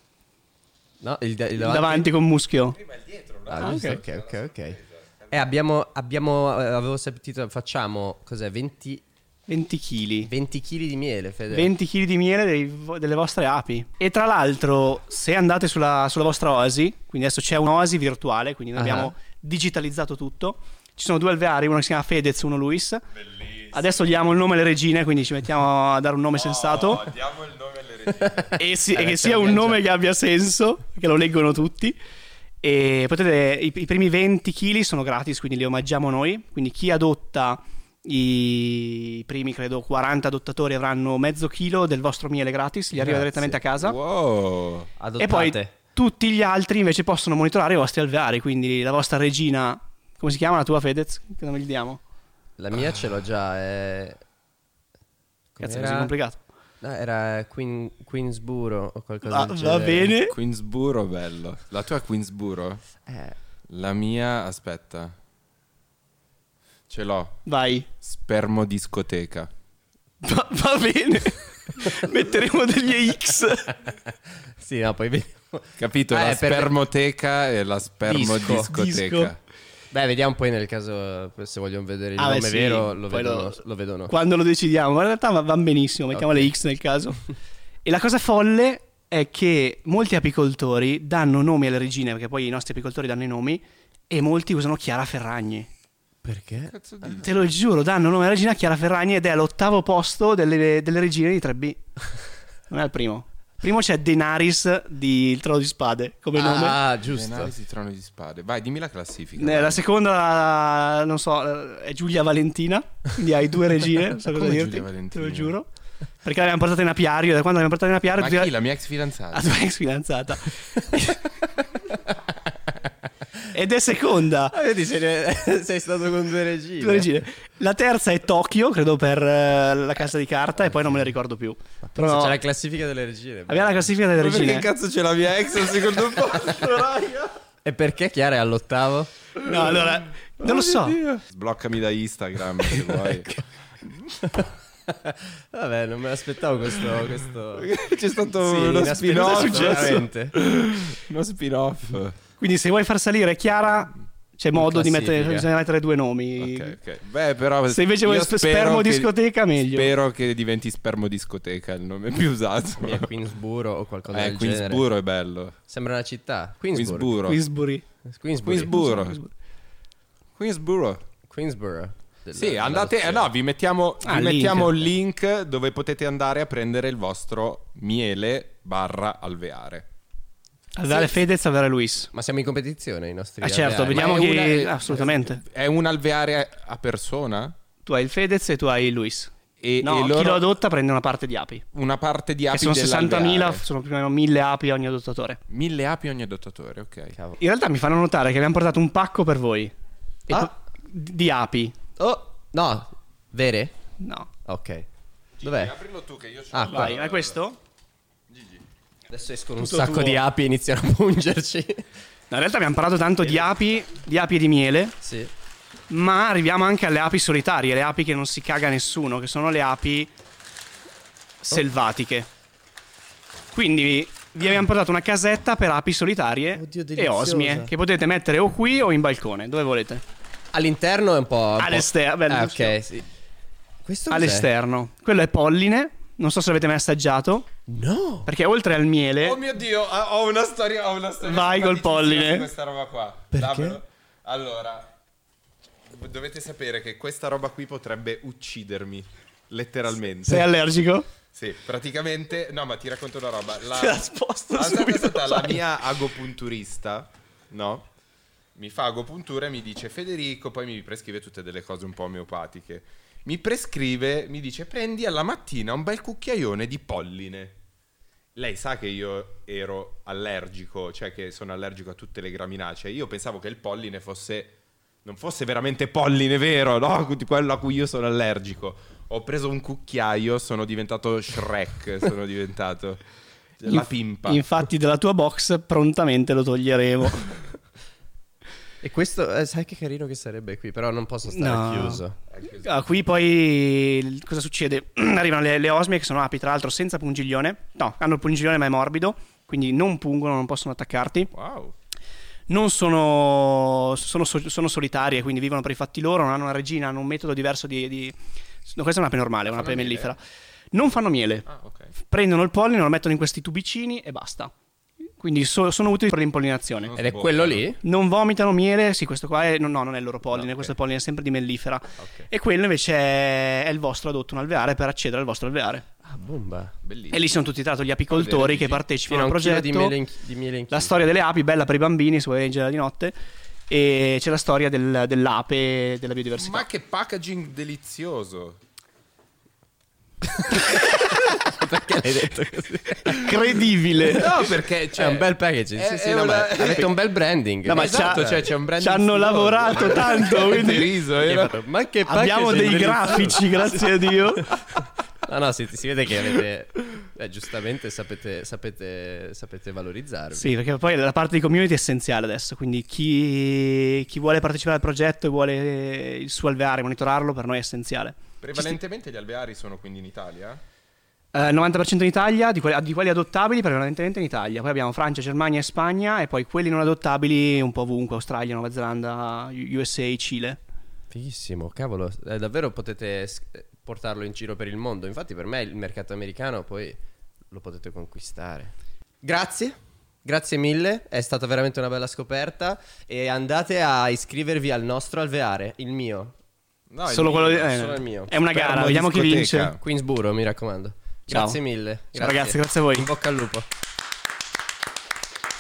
No, il, da- il Il davanti. davanti con muschio. Ah, Ah, giusto, ok. ok, ok, ok. E abbiamo, abbiamo, eh, avevo sentito, facciamo, cos'è, venti, venti chili. venti chili di miele, Fede. venti chili di miele dei vo- delle vostre api. E tra l'altro, se andate sulla, sulla vostra oasi, quindi adesso c'è un'oasi virtuale, quindi noi Ah. abbiamo digitalizzato tutto. Ci sono due alveari, uno che si chiama Fedez, uno Luis. Adesso gli diamo il nome alle regine, quindi ci mettiamo a dare un nome sensato. Oh, diamo il nome alle regine. E, si- e Eh, che ce sia un l'abbiamo nome già. che abbia senso, che lo leggono tutti. E potete, i, i primi venti chili sono gratis, quindi li omaggiamo noi. Quindi chi adotta i primi, credo, quaranta adottatori avranno mezzo chilo del vostro miele gratis, gli arriva Grazie. direttamente a casa. Wow. Adottate. E poi tutti gli altri invece possono monitorare i vostri alveari, quindi la vostra regina, come si chiama la tua, Fedez? Che nome gli diamo? La mia ce l'ho già, è... Cazzo, è Com'era? così complicato. No, era Queen, Queensboro o qualcosa Ah, del va genere. bene. Queensboro, bello. La tua è Queensboro? Eh, La mia, aspetta. Ce l'ho. Vai. Spermodiscoteca. Va, va bene. Metteremo degli X. sì, no, poi vediamo. Capito? Ah, la è per- spermoteca e la spermodiscoteca. Disco. Beh, vediamo poi nel caso se vogliono vedere il Ah, beh, nome sì, vero, lo poi vedono, lo- lo vedono. Quando lo decidiamo, ma in realtà va- vanno benissimo, mettiamo Ok. le X nel caso. E la cosa folle è che molti apicoltori danno nomi alle regine, perché poi i nostri apicoltori danno i nomi, e molti usano Chiara Ferragni. Perché? Cazzo di... Te lo giuro, danno nome alla regina Chiara Ferragni ed è all'ottavo posto delle, delle regine di tre B. Non è il primo. Primo c'è Daenerys di Il Trono di Spade come nome. Ah, giusto. Daenerys, il Trono di Spade. Vai, dimmi la classifica. Eh, la seconda, non so, è Giulia Valentina. Quindi hai due regine, non so cosa Come dirti. Giulia Valentina? Te lo giuro. Perché l'abbiamo portata in apiario. Da quando l'abbiamo portata in apiario. Ma tu- chi? La mia ex fidanzata? La tua ex fidanzata. Ed è seconda. Ah, vedi, sei, sei stato con due regine. Due regine. La terza è Tokyo, credo per eh, La Casa di Carta, e poi non me ne ricordo più. Però c'è la classifica delle regine. Abbiamo la classifica delle Ma regine. perché cazzo c'è la mia ex al secondo posto, raga? E perché Chiara è all'ottavo? No, allora, non lo so. Sbloccami da Instagram se vuoi. Vabbè, non me l'aspettavo questo, questo... C'è stato Sì, uno inaspettato, spin-off. veramente. Uno spin-off. Quindi se vuoi far salire Chiara, c'è modo di mettere, classifica. bisogna mettere due nomi. Ok, ok. Beh, però Se invece vuoi io sp- spero spermodiscoteca, che- meglio. Spero che diventi spermodiscoteca, il nome più usato. È Queensboro o qualcosa Eh, del genere. Queensboro è bello. Sembra una città. Queensboro. Queensboro. Queensbury. Queensbury. Queensboro. Queensboro. Queensboro. Della- Sì, andate. della eh, no, vi mettiamo, Ah, vi mettiamo il link. link dove potete andare a prendere il vostro miele barra alveare. Alveare Fedez, Alveare Luis. Ma siamo in competizione i nostri Ah certo, alveari. vediamo Ma è chi... una- Assolutamente. È un alveare a persona? Tu hai il Fedez e tu hai il Luis. E, No, e chi loro lo adotta prende una parte di api. una parte di Che api sono sessantamila, dell'alveare. sono più o meno mille api ogni adottatore. Mille api ogni adottatore, ok. Cavolo. In realtà mi fanno notare che abbiamo portato un pacco per voi. E Ah. po- di api. Oh, no. Vere? No. Ok. Dov'è? Aprilo tu che io c'ho. Ah, qua. Vai, ma è questo? Adesso escono un Tutto sacco tuo. di api e iniziano a pungerci. No, in realtà abbiamo parlato tanto di api, di api e di miele, Sì. ma arriviamo anche alle api solitarie, le api che non si caga nessuno, che sono le api selvatiche. Quindi vi abbiamo portato una casetta per api solitarie Oddio, e deliziosa. osmie, che potete mettere o qui o in balcone, dove volete. All'interno è un po'... un po'- All'esterno, beh, Ah, non so. ok, sì. Questo cos'è? All'esterno. Quello è polline, non so se l'avete mai assaggiato, No. perché oltre al miele... Oh mio Dio, ah, ho una storia, ho una storia. Vai col simpaticissima polline. su questa roba qua. Perché? Dammelo. Allora, dovete sapere che questa roba qui potrebbe uccidermi, letteralmente. Sei allergico? Sì, praticamente, no, ma ti racconto una roba. La, Te la sposto aspetta, subito, aspetta, la vai. mia agopunturista, no? Mi fa agopuntura e mi dice Federico, poi mi prescrive tutte delle cose un po' omeopatiche. Mi prescrive, mi dice prendi alla mattina un bel cucchiaione di polline. Lei sa che io ero allergico, cioè che sono allergico a tutte le graminacee. Io pensavo che il polline fosse, non fosse veramente polline vero, no? Quello a cui io sono allergico. Ho preso un cucchiaio, sono diventato Shrek, sono diventato la Inf- pimpa. Infatti della tua box prontamente lo toglieremo. E questo, eh, sai che carino che sarebbe qui, però non posso stare No. chiuso. Ah, qui poi cosa succede? Arrivano le, le osmie che sono api tra l'altro senza pungiglione. No, hanno il pungiglione ma è morbido, quindi non pungono, non possono attaccarti. Wow. Non sono, sono, so- sono solitarie, quindi vivono per i fatti loro, non hanno una regina, hanno un metodo diverso di... di... No, questa è un'ape normale, un'ape Fanno mellifera. Non fanno miele. Ah, ok. Prendono il polline, lo mettono in questi tubicini e basta. Quindi so- sono utili per l'impollinazione. Ed è quello lì? Non vomitano miele, sì, questo qua è, no, no, non è il loro polline, No, ok. questo polline è sempre di mellifera. Ok. E quello invece è, è il vostro adotto, un alveare per accedere al vostro alveare. Ah, bomba. Bellissimo. E lì sono tutti tra l'altro gli apicoltori Vedere, che Gigi. partecipano Fino a al un chilo progetto. di miele in, di miele in La chilo. storia delle api, bella per i bambini, se vuoi leggere di notte. E c'è la storia del- dell'ape e della biodiversità. Ma che packaging delizioso. Perché l'hai detto così? Credibile. No, perché C'è un bel packaging. Sì, è- sì, è no, una- ma avete un bel branding. No, ma esatto, c'ha- cioè c'è un brand ci hanno lavorato tanto, quindi riso, Che era- fatto, ma che abbiamo packaging dei delizioso. grafici, grazie a Dio. No, no, si, si vede che avete... eh, giustamente sapete, sapete, sapete valorizzarvi. Sì, perché poi la parte di community è essenziale adesso, quindi chi, chi vuole partecipare al progetto e vuole il suo alveare, monitorarlo, per noi è essenziale. Prevalentemente gli alveari sono quindi in Italia? Eh, novanta per cento in Italia, di quelli, di quelli adottabili prevalentemente in Italia. Poi abbiamo Francia, Germania e Spagna, e poi quelli non adottabili un po' ovunque, Australia, Nuova Zelanda, U S A, Cile. Fighissimo, cavolo. eh, davvero potete s- portarlo in giro per il mondo. Infatti per me il mercato americano poi lo potete conquistare. Grazie. Grazie mille, è stata veramente una bella scoperta. E andate a iscrivervi al nostro alveare, il mio. No, Solo il quello mio. di... eh, Solo il mio. È una Spermo gara, vediamo chi discoteca. vince. Queensboro, mi raccomando. Ciao. Grazie mille. Ciao ragazzi, grazie a voi. In bocca al lupo.